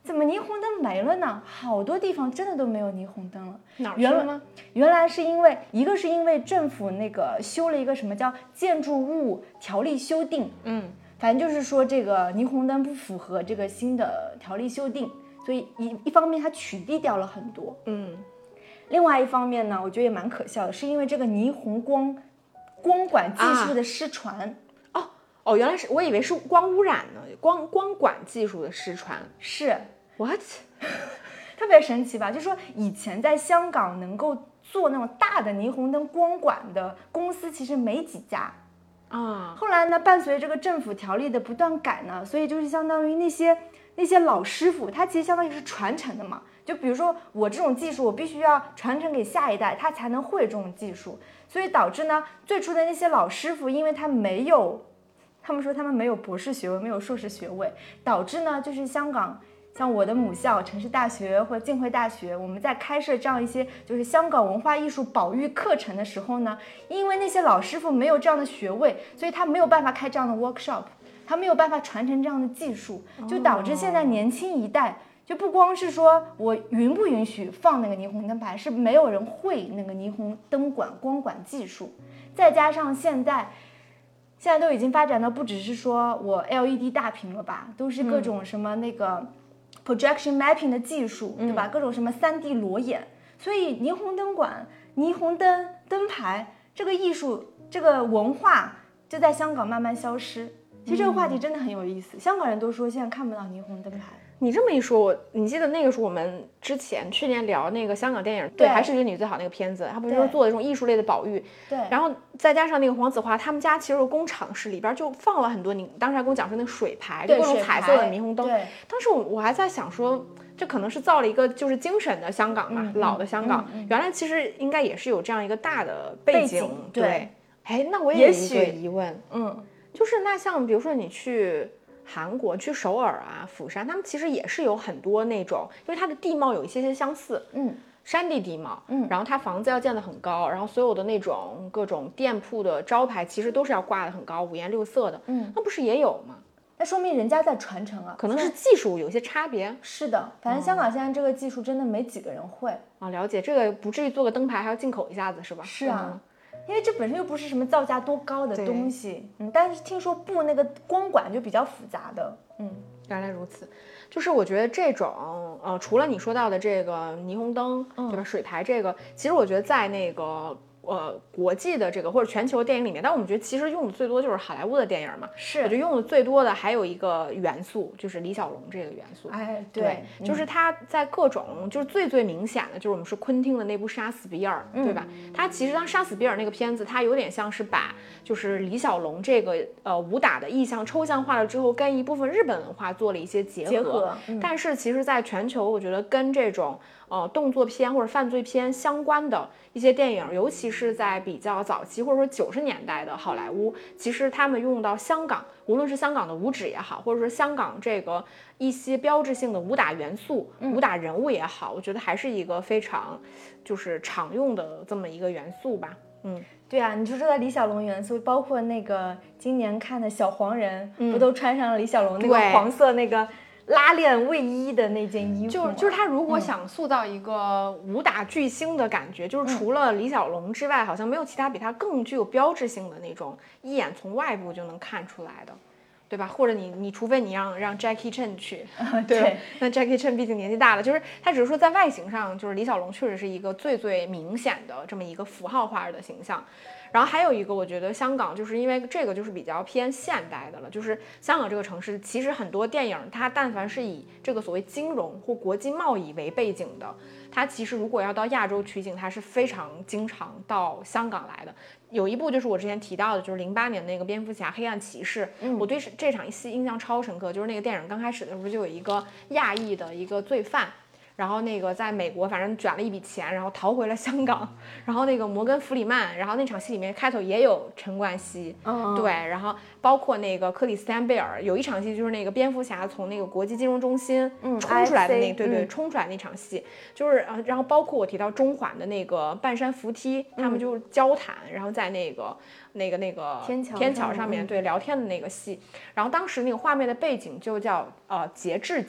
怎么霓虹灯没了呢？好多地方真的都没有霓虹灯了。 哪儿去了呢？ 原来是因为一个是因为政府那个修了一个什么叫建筑物条例修订，反正就是说这个霓虹灯不符合这个新的条例修订，所以一方面它取缔掉了很多，另外一方面呢，我觉得也蛮可笑的，是因为这个霓虹光管技术的失传。 哦，原来是，我以为是光污染呢，光管技术的失传。 是 what？ 特别神奇吧？就说以前在香港能够做那种大的霓虹灯光管的公司其实没几家啊。 后来呢，伴随这个政府条例的不断改呢，所以就是相当于那些老师傅，他其实相当于是传承的嘛。就比如说我这种技术，我必须要传承给下一代，他才能会这种技术。所以导致呢，最初的那些老师傅，因为他们说他们没有博士学位，没有硕士学位，导致呢，就是香港像我的母校城市大学或者浸会大学，我们在开设这样一些就是香港文化艺术保育课程的时候呢，因为那些老师傅没有这样的学位，所以他没有办法开这样的 workshop， 他没有办法传承这样的技术，就导致现在年轻一代就不光是说我允不允许放那个霓虹灯牌，是没有人会那个霓虹灯管光管技术，再加上现在都已经发展到不只是说我 LED 大屏了吧，都是各种什么那个 projection mapping 的技术，对吧？各种什么3D 裸眼，所以霓虹灯管、霓虹灯灯牌这个艺术、这个文化就在香港慢慢消失。其实这个话题真的很有意思，香港人都说现在看不到霓虹灯牌。 你这么一说，你记得那个是我们去年聊那个香港电影对还是觉得你最好那个片子，他不是说做的这种艺术类的保育， 对， 然后再加上那个黄子华他们家其实工厂室里边就放了很多，你当时还跟我讲说那个水牌，就各种彩色的霓虹灯，当时我还在想说，这可能是造了一个就是精神的香港嘛，老的香港，原来其实应该也是有这样一个大的背景，对，哎，那我也有一个疑问，就是那像比如说你去韩国去首尔啊、釜山，他们其实也是有很多那种，因为它的地貌有一些相似，山地地貌，然后它房子要建得很高，然后所有的那种各种店铺的招牌其实都是要挂得很高，五颜六色的，那不是也有吗？ 那说明人家在传承啊， 可能是技术有些差别。 是的，反正香港现在这个技术真的没几个人会啊。了解，这个不至于做个灯牌还要进口一下子是吧？ 是啊。因为这本身又不是什么造价多高的东西，但是听说布那个光管就比较复杂的， 原来如此，就是我觉得这种除了你说到的这个霓虹灯，对吧？水牌这个，其实我觉得在那个国际的这个或者全球电影里面，但我们觉得其实用的最多就是好莱坞的电影嘛。 是， 我觉得用的最多的还有一个元素，就是李小龙这个元素。 哎， 对，就是他在各种就是最明显的，就是我们说昆汀的那部《杀死比尔》，对吧？他其实当《杀死比尔》那个片子，他有点像是把就是李小龙这个武打的意象抽象化了之后，跟一部分日本文化做了一些结合。但是其实在全球，我觉得跟这种动作片或者犯罪片相关的一些电影，尤其是在比较早期或者说90年代的好莱坞，其实他们用到香港，无论是香港的武指也好，或者说香港这个一些标志性的武打元素、武打人物也好，我觉得还是一个非常就是常用的这么一个元素吧。 对啊，你就说到李小龙元素，包括那个今年看的小黄人，不都穿上了李小龙那个黄色那个拉链卫衣的那件衣服， 就是他如果想塑造一个武打巨星的感觉，就是除了李小龙之外，好像没有其他比他更具有标志性的那种，一眼从外部就能看出来的，对吧？或者你除非你让 Jackie Chan 去，对，那 Jackie Chan 毕竟年纪大了，就是他只是说在外形上，就是李小龙确实是一个最明显的这么一个符号化的形象。然后还有一个，我觉得香港就是因为这个就是比较偏现代的了，就是香港这个城市，其实很多电影它但凡是以这个所谓金融或国际贸易为背景的，它其实如果要到亚洲取景，它是非常经常到香港来的。有一部就是我之前提到的，就是08年那个蝙蝠侠黑暗骑士，我对这场戏印象超深刻，就是那个电影刚开始的时候就有一个亚裔的一个罪犯，然后那个在美国反正卷了一笔钱，然后逃回了香港，然后那个摩根弗里曼，然后那场戏里面开头也有陈冠希，对，然后包括那个克里斯汀贝尔，有一场戏就是那个蝙蝠侠从那个国际金融中心冲出来的那对冲出来那场戏，就是然后包括我提到中环的那个半山扶梯，他们就交谈，然后在那个天桥上面对聊天的那个戏，然后当时那个画面的背景就叫节制节。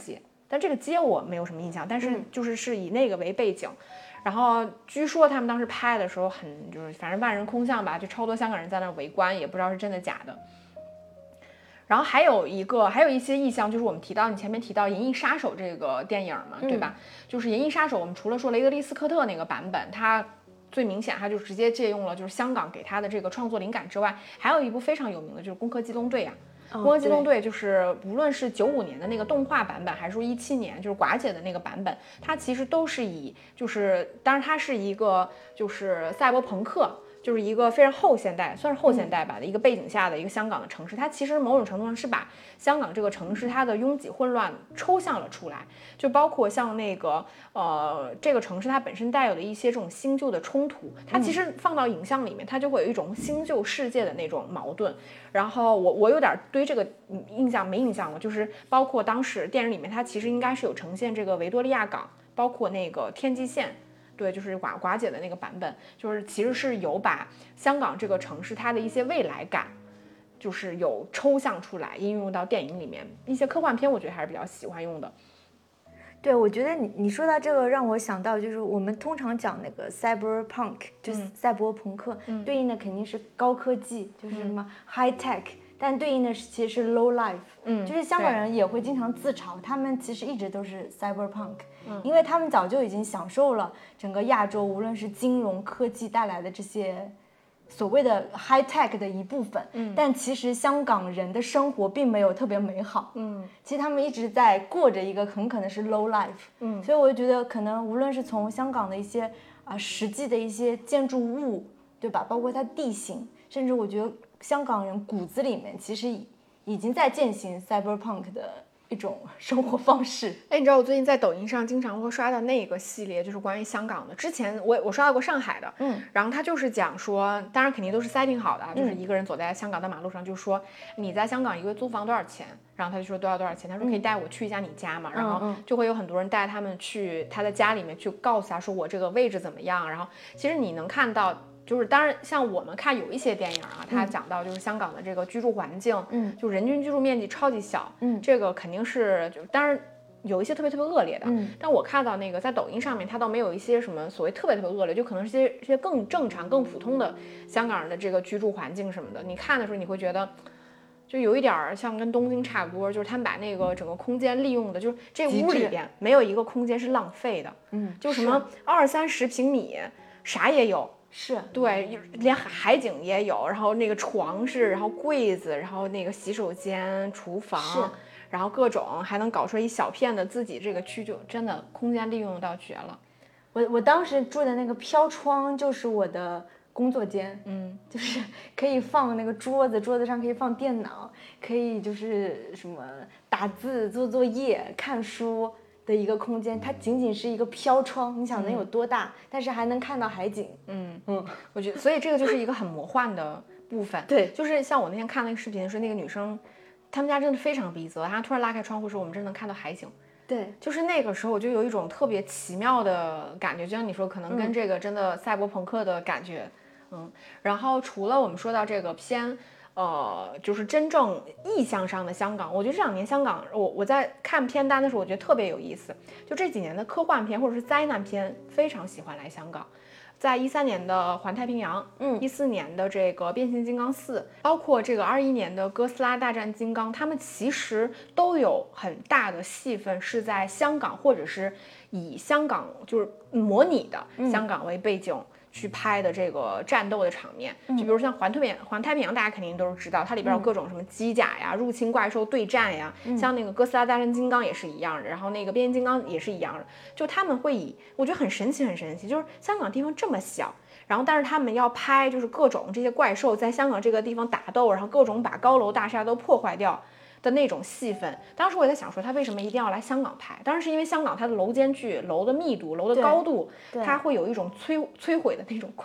但这个街我没有什么印象，但是是以那个为背景。然后据说他们当时拍的时候就是反正万人空巷吧，就超多香港人在那围观，也不知道是真的假的。然后还有一些意象，就是我们你前面提到《银翼杀手》这个电影嘛，对吧？就是《银翼杀手》，我们除了说雷德利·斯科特那个版本，它最明显，它就直接借用了就是香港给他的这个创作灵感之外，还有一部非常有名的就是《攻壳机动队》啊。攻壳机动队就是无论是95年的那个动画版本，还是说17年就是寡姐的那个版本，它其实都是以当然它是一个就是赛博朋克。就是一个非常后现代，算是后现代吧的一个背景下的一个香港的城市，它其实某种程度上是把香港这个城市它的拥挤混乱抽象了出来，就包括像那个这个城市它本身带有的一些这种新旧的冲突，它其实放到影像里面，它就会有一种新旧世界的那种矛盾。然后我有点对这个没印象了，就是包括当时电影里面它其实应该是有呈现这个维多利亚港，包括那个天际线。对，就是寡姐的那个版本，就是其实是有把香港这个城市它的一些未来感，就是有抽象出来，应用到电影里面。一些科幻片我觉得还是比较喜欢用的。 对，我觉得你说到这个，让我想到就是我们通常讲那个 cyberpunk， 就是赛博朋克，对应的肯定是高科技，就是什么 high tech。但对应的其实是 low life，就是香港人也会经常自嘲，他们其实一直都是 cyberpunk，因为他们早就已经享受了整个亚洲无论是金融科技带来的这些所谓的 high tech 的一部分，但其实香港人的生活并没有特别美好，其实他们一直在过着一个很可能是 low life，所以我就觉得可能无论是从香港的一些实际的一些建筑物，对吧，包括它地形，甚至我觉得香港人骨子里面其实已经在践行 cyberpunk 的一种生活方式。 哎，你知道我最近在抖音上经常会刷到那个系列，就是关于香港的。之前我刷到过上海的，然后他就是讲说，当然肯定都是 setting 好的，就是一个人走在香港的马路上，就说你在香港一个月租房多少钱，然后他就说多少钱，他说可以带我去一下你家嘛，然后就会有很多人带他们去他的家里面去告诉他说我这个位置怎么样，然后其实你能看到。就是当然，像我们看有一些电影啊，它讲到就是香港的这个居住环境，就人均居住面积超级小，这个肯定是就当然有一些特别恶劣的，但我看到那个在抖音上面，它倒没有一些什么所谓特别恶劣，就可能是一些更正常、更普通的香港人的这个居住环境什么的。你看的时候，你会觉得就有一点像跟东京差不多，就是他们把那个整个空间利用的，就是这屋里边没有一个空间是浪费的，就什么20-30平米啥也有。 是对，连海景也有，然后那个床是，然后柜子，然后那个洗手间、厨房，然后各种还能搞出一小片的自己这个区，就真的空间利用到绝了。 我当时住的那个飘窗就是我的工作间，就是可以放那个桌子上可以放电脑，可以就是什么打字、做作业、看书的一个空间，它仅仅是一个飘窗，你想能有多大？但是还能看到海景。 我觉得，所以这个就是一个很魔幻的部分。 对， 就是像我那天看那个视频，是那个女生，他们家真的非常逼仄，她突然拉开窗户说：“我们真能看到海景。” 对， 就是那个时候我就有一种特别奇妙的感觉，就像你说，可能跟这个真的赛博朋克的感觉。然后除了我们说到这个偏。就是真正意象上的香港，我觉得这2年香港，我在看片单的时候，我觉得特别有意思。就这几年的科幻片或者是灾难片，非常喜欢来香港。在13年的《环太平洋》，14年的这个《变形金刚4》，包括这个21年的《哥斯拉大战金刚》，他们其实都有很大的戏份是在香港，或者是以香港就是模拟的香港为背景。去拍的这个战斗的场面，就比如像环太平洋，大家肯定都是知道，它里边有各种什么机甲呀、入侵怪兽对战呀，像那个哥斯拉大战金刚也是一样的，然后那个变形金刚也是一样的，就他们会以，我觉得很神奇，就是香港地方这么小，然后但是他们要拍就是各种这些怪兽在香港这个地方打斗，然后各种把高楼大厦都破坏掉。的那种戏份，当时我也在想说他为什么一定要来香港拍？当然是因为香港它的楼间距、楼的密度、楼的高度，它会有一种摧毁的那种快感。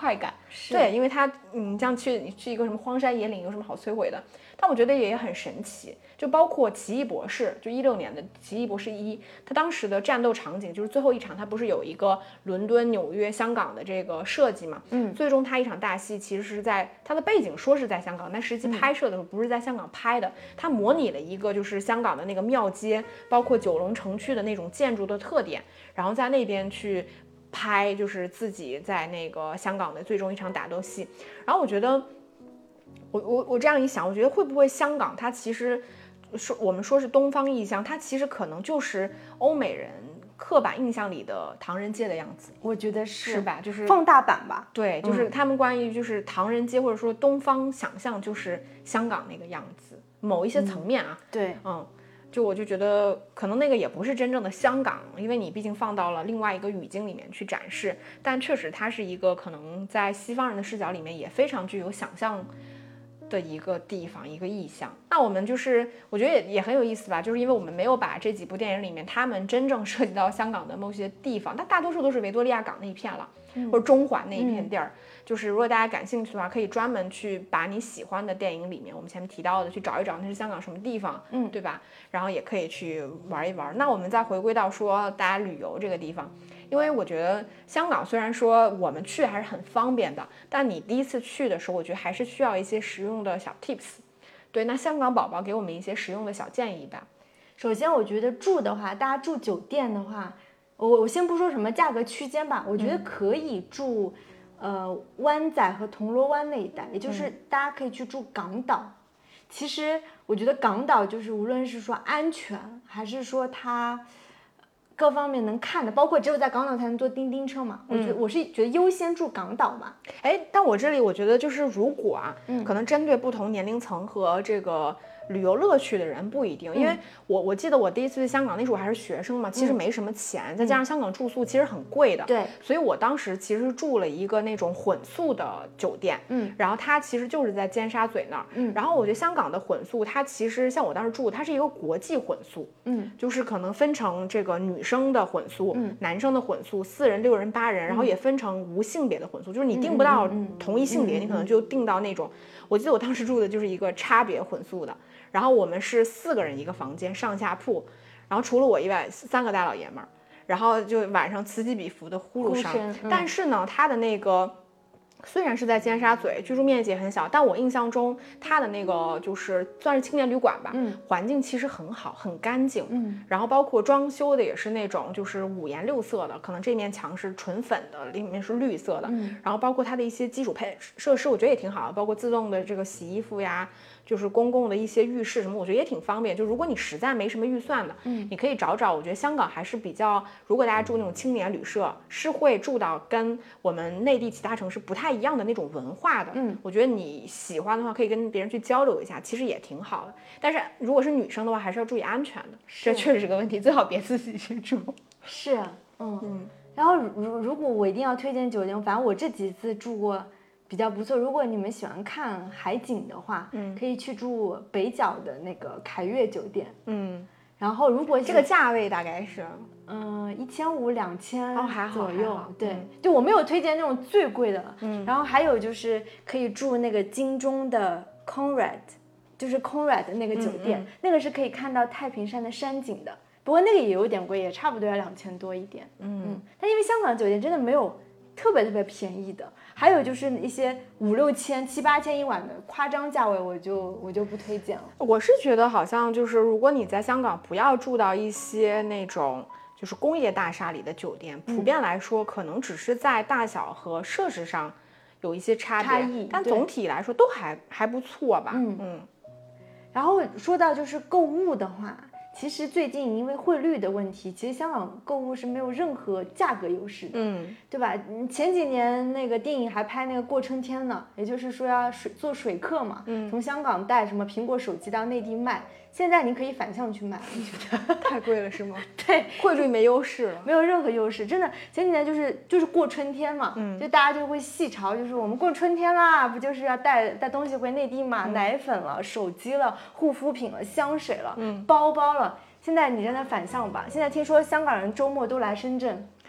对，因为它你这样你去一个什么荒山野岭有什么好摧毁的？但我觉得也很神奇，就包括奇异博士，就16年的奇异博士1，它当时的战斗场景就是最后一场，它不是有一个伦敦、纽约、香港的这个设计嘛？最终它一场大戏其实是在它的背景说是在香港，但实际拍摄的时候不是在香港拍的，它模拟了一个就是香港的那个庙街，包括九龙城区的那种建筑的特点，然后在那边去拍，就是自己在那个香港的最终一场打斗戏。然后我觉得。我这样一想，我觉得会不会香港它其实我们说是东方异乡，它其实可能就是欧美人刻板印象里的唐人街的样子。 我觉得是吧，就是放大版吧。 对，就是他们关于就是唐人街或者说东方想象就是香港那个样子，某一些层面啊， 对， 就我就觉得可能那个也不是真正的香港，因为你毕竟放到了另外一个语境里面去展示，但确实它是一个可能在西方人的视角里面也非常具有想象的一个地方，一个意象。那我们就是我觉得也很有意思吧，就是因为我们没有把这几部电影里面他们真正涉及到香港的某些地方，但大多数都是维多利亚港那一片了，或者中环那一片地儿。就是如果大家感兴趣的话，可以专门去把你喜欢的电影里面我们前面提到的去找一找那是香港什么地方，对吧？然后也可以去玩一玩。那我们再回归到说大家旅游这个地方，因为我觉得香港虽然说我们去还是很方便的，但你第一次去的时候，我觉得还是需要一些实用的小 tips。对，那香港宝宝给我们一些实用的小建议吧。 首先，我觉得住的话，大家住酒店的话，我先不说什么价格区间吧，我觉得可以住，湾仔和铜锣湾那一带，也就是大家可以去住港岛。其实我觉得港岛就是无论是说安全，还是说它各方面能看的，包括只有在港岛才能坐叮叮车嘛。我是觉得优先住港岛吧。 但我这里我觉得就是如果啊，可能针对不同年龄层和这个旅游乐趣的人不一定，因为我记得我第一次去香港那时候我还是学生嘛，其实没什么钱，再加上香港住宿其实很贵的， 对， 所以我当时其实住了一个那种混宿的酒店，然后它其实就是在尖沙咀那儿，然后我觉得香港的混宿它其实像我当时住，它是一个国际混宿，就是可能分成这个女生的混宿，男生的混宿，4人、6人、8人，然后也分成无性别的混宿，就是你订不到同一性别，你可能就订到那种，我记得我当时住的就是一个差别混宿的。然后我们是4个人一个房间，上下铺，然后除了我以外3个大老爷们儿，然后就晚上此起彼伏的呼噜声。但是呢，它的那个虽然是在尖沙咀，居住面积也很小，但我印象中它的那个就是算是青年旅馆吧，环境其实很好，很干净，然后包括装修的也是那种就是5颜6色的，可能这面墙是纯粉的，里面是绿色的，然后包括它的一些基础设施，我觉得也挺好的，包括自动的这个洗衣服呀。就是公共的一些浴室什么，我觉得也挺方便。就如果你实在没什么预算的，你可以找找。我觉得香港还是比较，如果大家住那种青年旅社，是会住到跟我们内地其他城市不太一样的那种文化的。我觉得你喜欢的话，可以跟别人去交流一下，其实也挺好的。但是如果是女生的话，还是要注意安全的，这确实是个问题，最好别自己去住。 是，然后如果我一定要推荐酒店，反正我这几次住过。比较不错，如果你们喜欢看海景的话，可以去住北角的那个凯悦酒店，然后如果这个价位大概是 ，1500、2000左右，对， 就我没有推荐那种最贵的，然后还有就是可以住那个金钟的 Conrad， 就是 Conrad 的那个酒店，那个是可以看到太平山的山景的，不过那个也有点贵，也差不多要2000多一点，但因为香港酒店真的没有特别便宜的。还有就是一些5、6千、7、8千一晚的夸张价位，我就不推荐了。 我是觉得好像就是，如果你在香港不要住到一些那种就是工业大厦里的酒店，普遍来说可能只是在大小和设施上有一些差异， 但总体来说都还不错吧。 然后说到就是购物的话。其实最近因为汇率的问题，其实香港购物是没有任何价格优势的，对吧？前几年那个电影还拍那个过春天呢，也就是说要做水客嘛，从香港带什么苹果手机到内地卖，现在你可以反向去卖，你觉得太贵了是吗？ 对， 汇率没优势了， 没有任何优势，真的。前几年就是过春天嘛，就大家就会戏嘲，就是我们过春天啦，不就是要带东西回内地嘛，奶粉了、手机了、护肤品了、香水了、包包了。现在你让它反向吧，现在听说香港人周末都来深圳，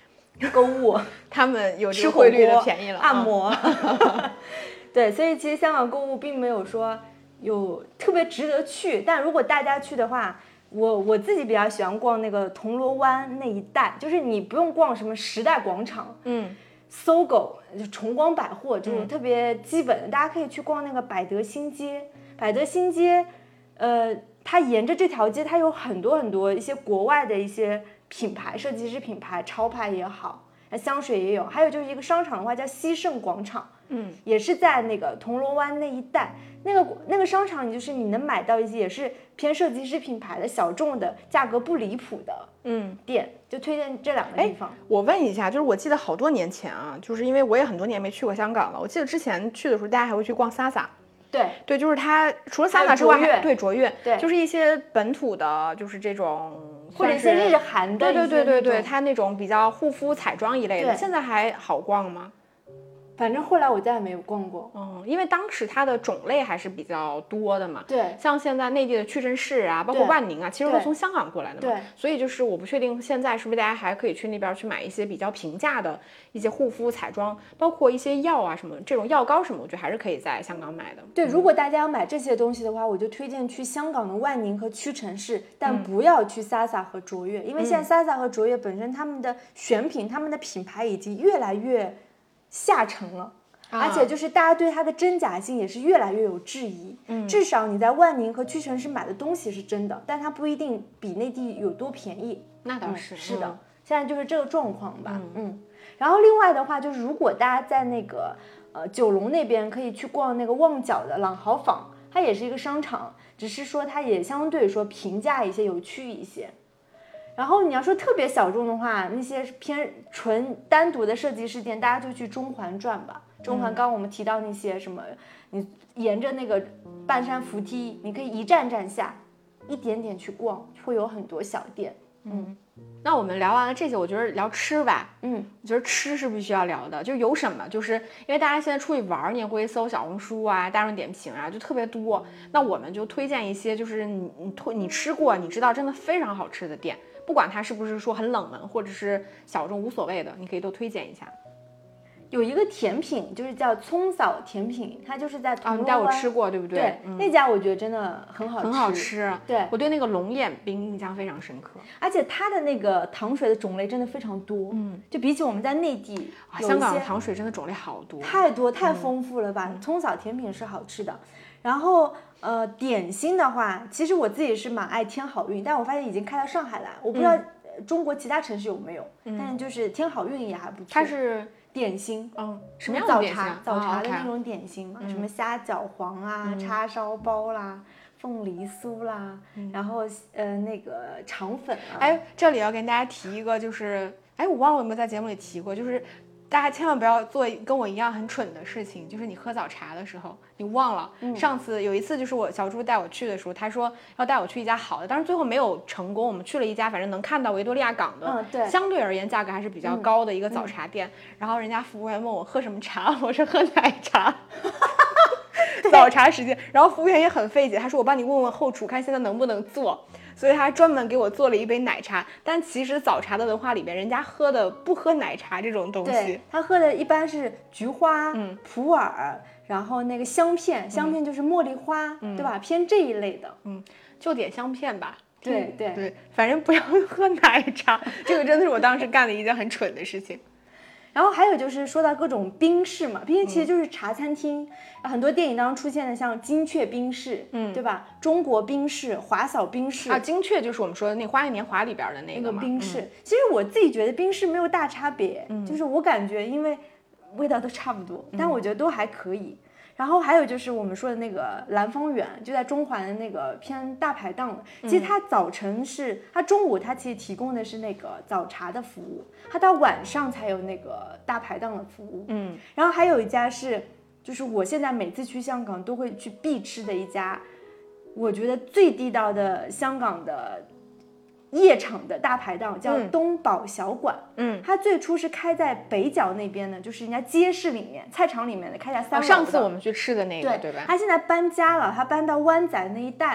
购物， 他们有吃汇率的便宜了， 按摩。对，所以其实香港购物并没有说有特别值得去，但如果大家去的话，我自己比较喜欢逛那个铜锣湾那一带，就是你不用逛什么时代广场，搜狗、崇光百货这种特别基本的，大家可以去逛那个百德新街。百德新街，它沿着这条街，它有很多很多一些国外的一些品牌，设计师品牌，潮牌也好，香水也有，还有就是一个商场的话叫西盛广场，也是在那个铜锣湾那一带。那个商场，就是你能买到一些也是偏设计师品牌的小众的，价格不离谱的店，就推荐这两个地方。 我问一下，就是我记得好多年前啊，就是因为我也很多年没去过香港了，我记得之前去的时候，大家还会去逛 Sasa。对，就是它除了 Sasa 之外，对卓越， 对， 就是一些本土的，就是这种或者一些日韩的， 对，它那种比较护肤彩妆一类的，现在还好逛吗？ 反正后来我再也没有逛过， 因为当时它的种类还是比较多的嘛。 对， 像现在内地的屈臣氏啊，包括万宁啊，其实都从香港过来的嘛。 对， 所以就是我不确定现在是不是大家还可以去那边去买一些比较平价的一些护肤彩妆，包括一些药啊什么这种药膏什么，我觉得还是可以在香港买的。 对，如果大家要买这些东西的话，我就推荐去香港的万宁和屈臣氏，但不要去 Sasa 和卓越，因为现在 Sasa 和卓越本身他们的选品、他们的品牌已经越来越下沉了。而且就是大家对它的真假性也是越来越有质疑，至少你在万宁和屈臣氏买的东西是真的，但它不一定比内地有多便宜。 那倒是， 是的，现在就是这个状况吧。然后另外的话，就是如果大家在那个九龙那边可以去逛那个旺角的朗豪坊，它也是一个商场，只是说它也相对说平价一些，有趣一些。然后你要说特别小众的话，那些偏纯单独的设计师店，大家就去中环转吧。中环刚刚我们提到那些什么，你沿着那个半山扶梯，你可以一站站下，一点点去逛，会有很多小店。 那我们聊完了这些，我觉得聊吃吧。我觉得吃是必须要聊的，就有什么，就是因为大家现在出去玩，你也会搜小红书啊、大众点评啊，就特别多。那我们就推荐一些，就是你吃过，你知道真的非常好吃的店，不管它是不是说很冷门或者是小众无所谓的，你可以都推荐一下。 有一个甜品，就是叫葱嫂甜品，它就是在铜锣湾。 你带我吃过，对不对？ 对，那家我觉得真的很好吃， 很好吃。 对， 我对那个龙眼冰印象非常深刻， 而且它的那个糖水的种类真的非常多。就比起我们在内地， 香港的糖水真的种类好多， 太多太丰富了吧？葱嫂甜品是好吃的，然后点心的话，其实我自己是蛮爱天好运，但我发现已经开到上海来，我不知道中国其他城市有没有，但就是天好运也还不错。 它是点心， 什么样的点心？ 早茶的那种点心嘛，什么虾饺皇啊、叉烧包啦、凤梨酥啦，然后那个肠粉啊。 这里要跟大家提一个，就是我忘了有没有在节目里提过，就是大家千万不要做跟我一样很蠢的事情，就是你喝早茶的时候你忘了。上次有一次就是小猪带我去的时候，他说要带我去一家好的，但是最后没有成功。我们去了一家反正能看到维多利亚港的， 对， 相对而言价格还是比较高的一个早茶店。然后人家服务员问我喝什么茶，我说喝奶茶。早茶时间，然后服务员也很费解，他说我帮你问问后厨看现在能不能做，所以他专门给我做了一杯奶茶。但其实早茶的文化里边，人家喝的不喝奶茶这种东西， 对，他喝的一般是菊花、普洱，然后那个香片，香片就是茉莉花，对吧？偏这一类的， 就点香片吧。 对， 反正不要喝奶茶，这个真的是我当时干的一件很蠢的事情。 然后还有就是说到各种冰室嘛，冰室其实就是茶餐厅，很多电影当中出现的像金雀冰室，对吧？中国冰室、华嫂冰室啊，金雀就是我们说的那《花样年华》里边的那个冰室。其实我自己觉得冰室没有大差别，就是我感觉因为味道都差不多，但我觉得都还可以。然后还有就是我们说的那个兰芳园，就在中环的那个偏大排档的。其实它早晨它中午它其实提供的是那个早茶的服务，它到晚上才有那个大排档的服务。然后还有一家就是我现在每次去香港都会去必吃的一家，我觉得最地道的香港的夜场的大排档，叫东宝小馆。它最初是开在北角那边的，就是人家街市里面、菜场里面的，开在3楼的。 上次我们去吃的那个，对吧？ 它现在搬家了，它搬到湾仔那一带了。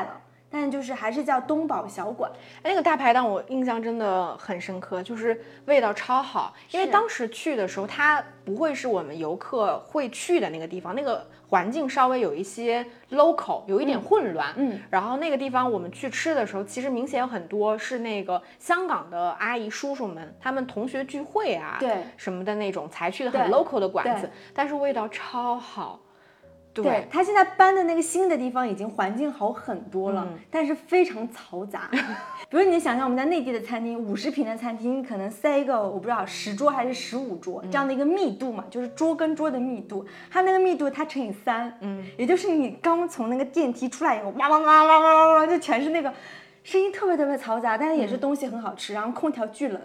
但就是还是叫东宝小馆。 那个大排档我印象真的很深刻，就是味道超好。因为当时去的时候，它不会是我们游客会去的那个地方，那个环境稍微有一些 local， 有一点混乱。然后那个地方我们去吃的时候，其实明显有很多是那个香港的阿姨叔叔们，他们同学聚会啊， 对什么的那种才去的很 local 的馆子，但是味道超好。 对，他现在搬的那个新的地方已经环境好很多了，但是非常嘈杂。比如你想象我们在内地的餐厅，50平的餐厅可能塞一个我不知道10桌还是15桌这样的一个密度嘛，就是桌跟桌的密度，它那个密度它乘以3，也就是你刚从那个电梯出来以后，哇哇哇哇哇哇，就全是那个声音特别特别嘈杂，但是也是东西很好吃，然后空调巨冷，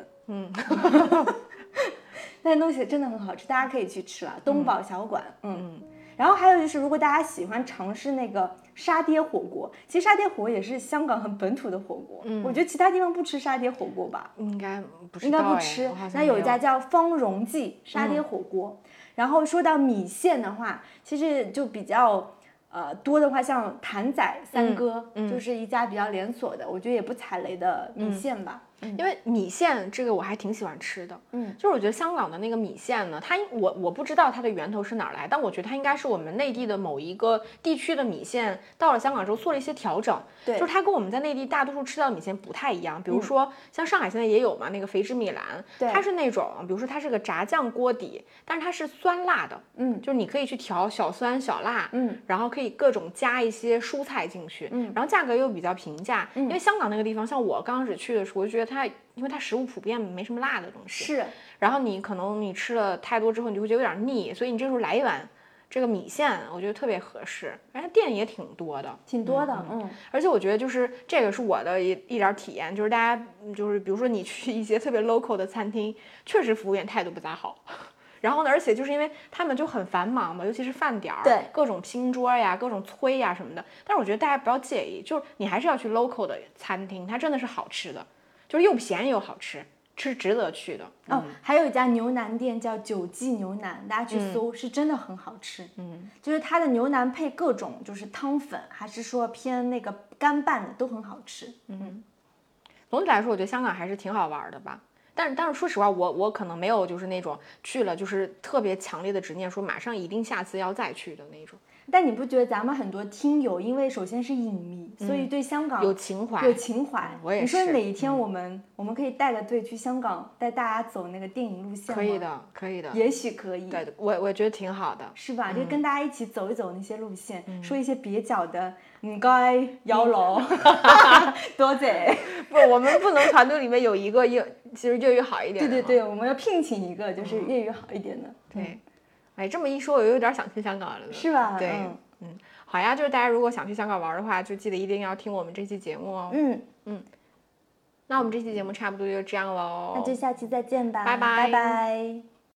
但是东西真的很好吃，大家可以去吃了，东宝小馆，然后还有就是，如果大家喜欢尝试那个沙爹火锅，其实沙爹火锅也是香港很本土的火锅。我觉得其他地方不吃沙爹火锅吧？ 应该不知道， 应该不吃。那有一家叫方荣记沙爹火锅。然后说到米线的话，其实就比较多的话，像谭仔三哥，就是一家比较连锁的，我觉得也不踩雷的米线吧。 因为米线这个我还挺喜欢吃的，就是我觉得香港的那个米线呢，我不知道它的源头是哪儿来，但我觉得它应该是我们内地的某一个地区的米线到了香港之后做了一些调整， 对， 就是它跟我们在内地大多数吃到的米线不太一样，比如说像上海现在也有嘛，那个肥汁米兰，它是那种，比如说它是个炸酱锅底，但是它是酸辣的，就是你可以去调小酸小辣，然后可以各种加一些蔬菜进去，然后价格又比较平价，因为香港那个地方，像我刚开始去的时候，我就觉得因为它食物普遍没什么辣的东西， 是， 然后你可能你吃了太多之后，你就会觉得有点腻，所以你这时候来一碗这个米线，我觉得特别合适，而且店也挺多的，而且我觉得就是这个是我的一点体验，就是大家就是比如说你去一些特别 local 的餐厅，确实服务员态度不咋好。然后呢，而且就是因为他们就很繁忙嘛，尤其是饭点儿， 对， 各种拼桌呀，各种催呀什么的。但是我觉得大家不要介意，就是你还是要去 local 的餐厅，它真的是好吃的，就是又便宜又好吃，是值得去的。 还有一家牛腩店叫九记牛腩，大家去搜，是真的很好吃。就是它的牛腩配各种就是汤粉，还是说偏那个干拌的，都很好吃。 总体来说，我觉得香港还是挺好玩的吧。但是说实话，我可能没有就是那种去了就是特别强烈的执念，说马上一定下次要再去的那种。 但你不觉得咱们很多听友，因为首先是影迷，所以对香港有情怀， 我也是。你说哪一天我们可以带个队去香港，带大家走那个电影路线吗？ 可以的， 也许可以。 对，我觉得挺好的， 是吧？就跟大家一起走一走那些路线，说一些蹩脚的，唔該有勞，多謝。 不，我们不能团队里面有一个其实粤语好一点的。 对，我们要聘请一个就是粤语好一点的。 对。哎，这么一说，我有点想去香港了， 是吧？ 对，好呀，就是大家如果想去香港玩的话，就记得一定要听我们这期节目哦。那我们这期节目差不多就这样喽， 那就下期再见吧， 拜拜。 拜拜。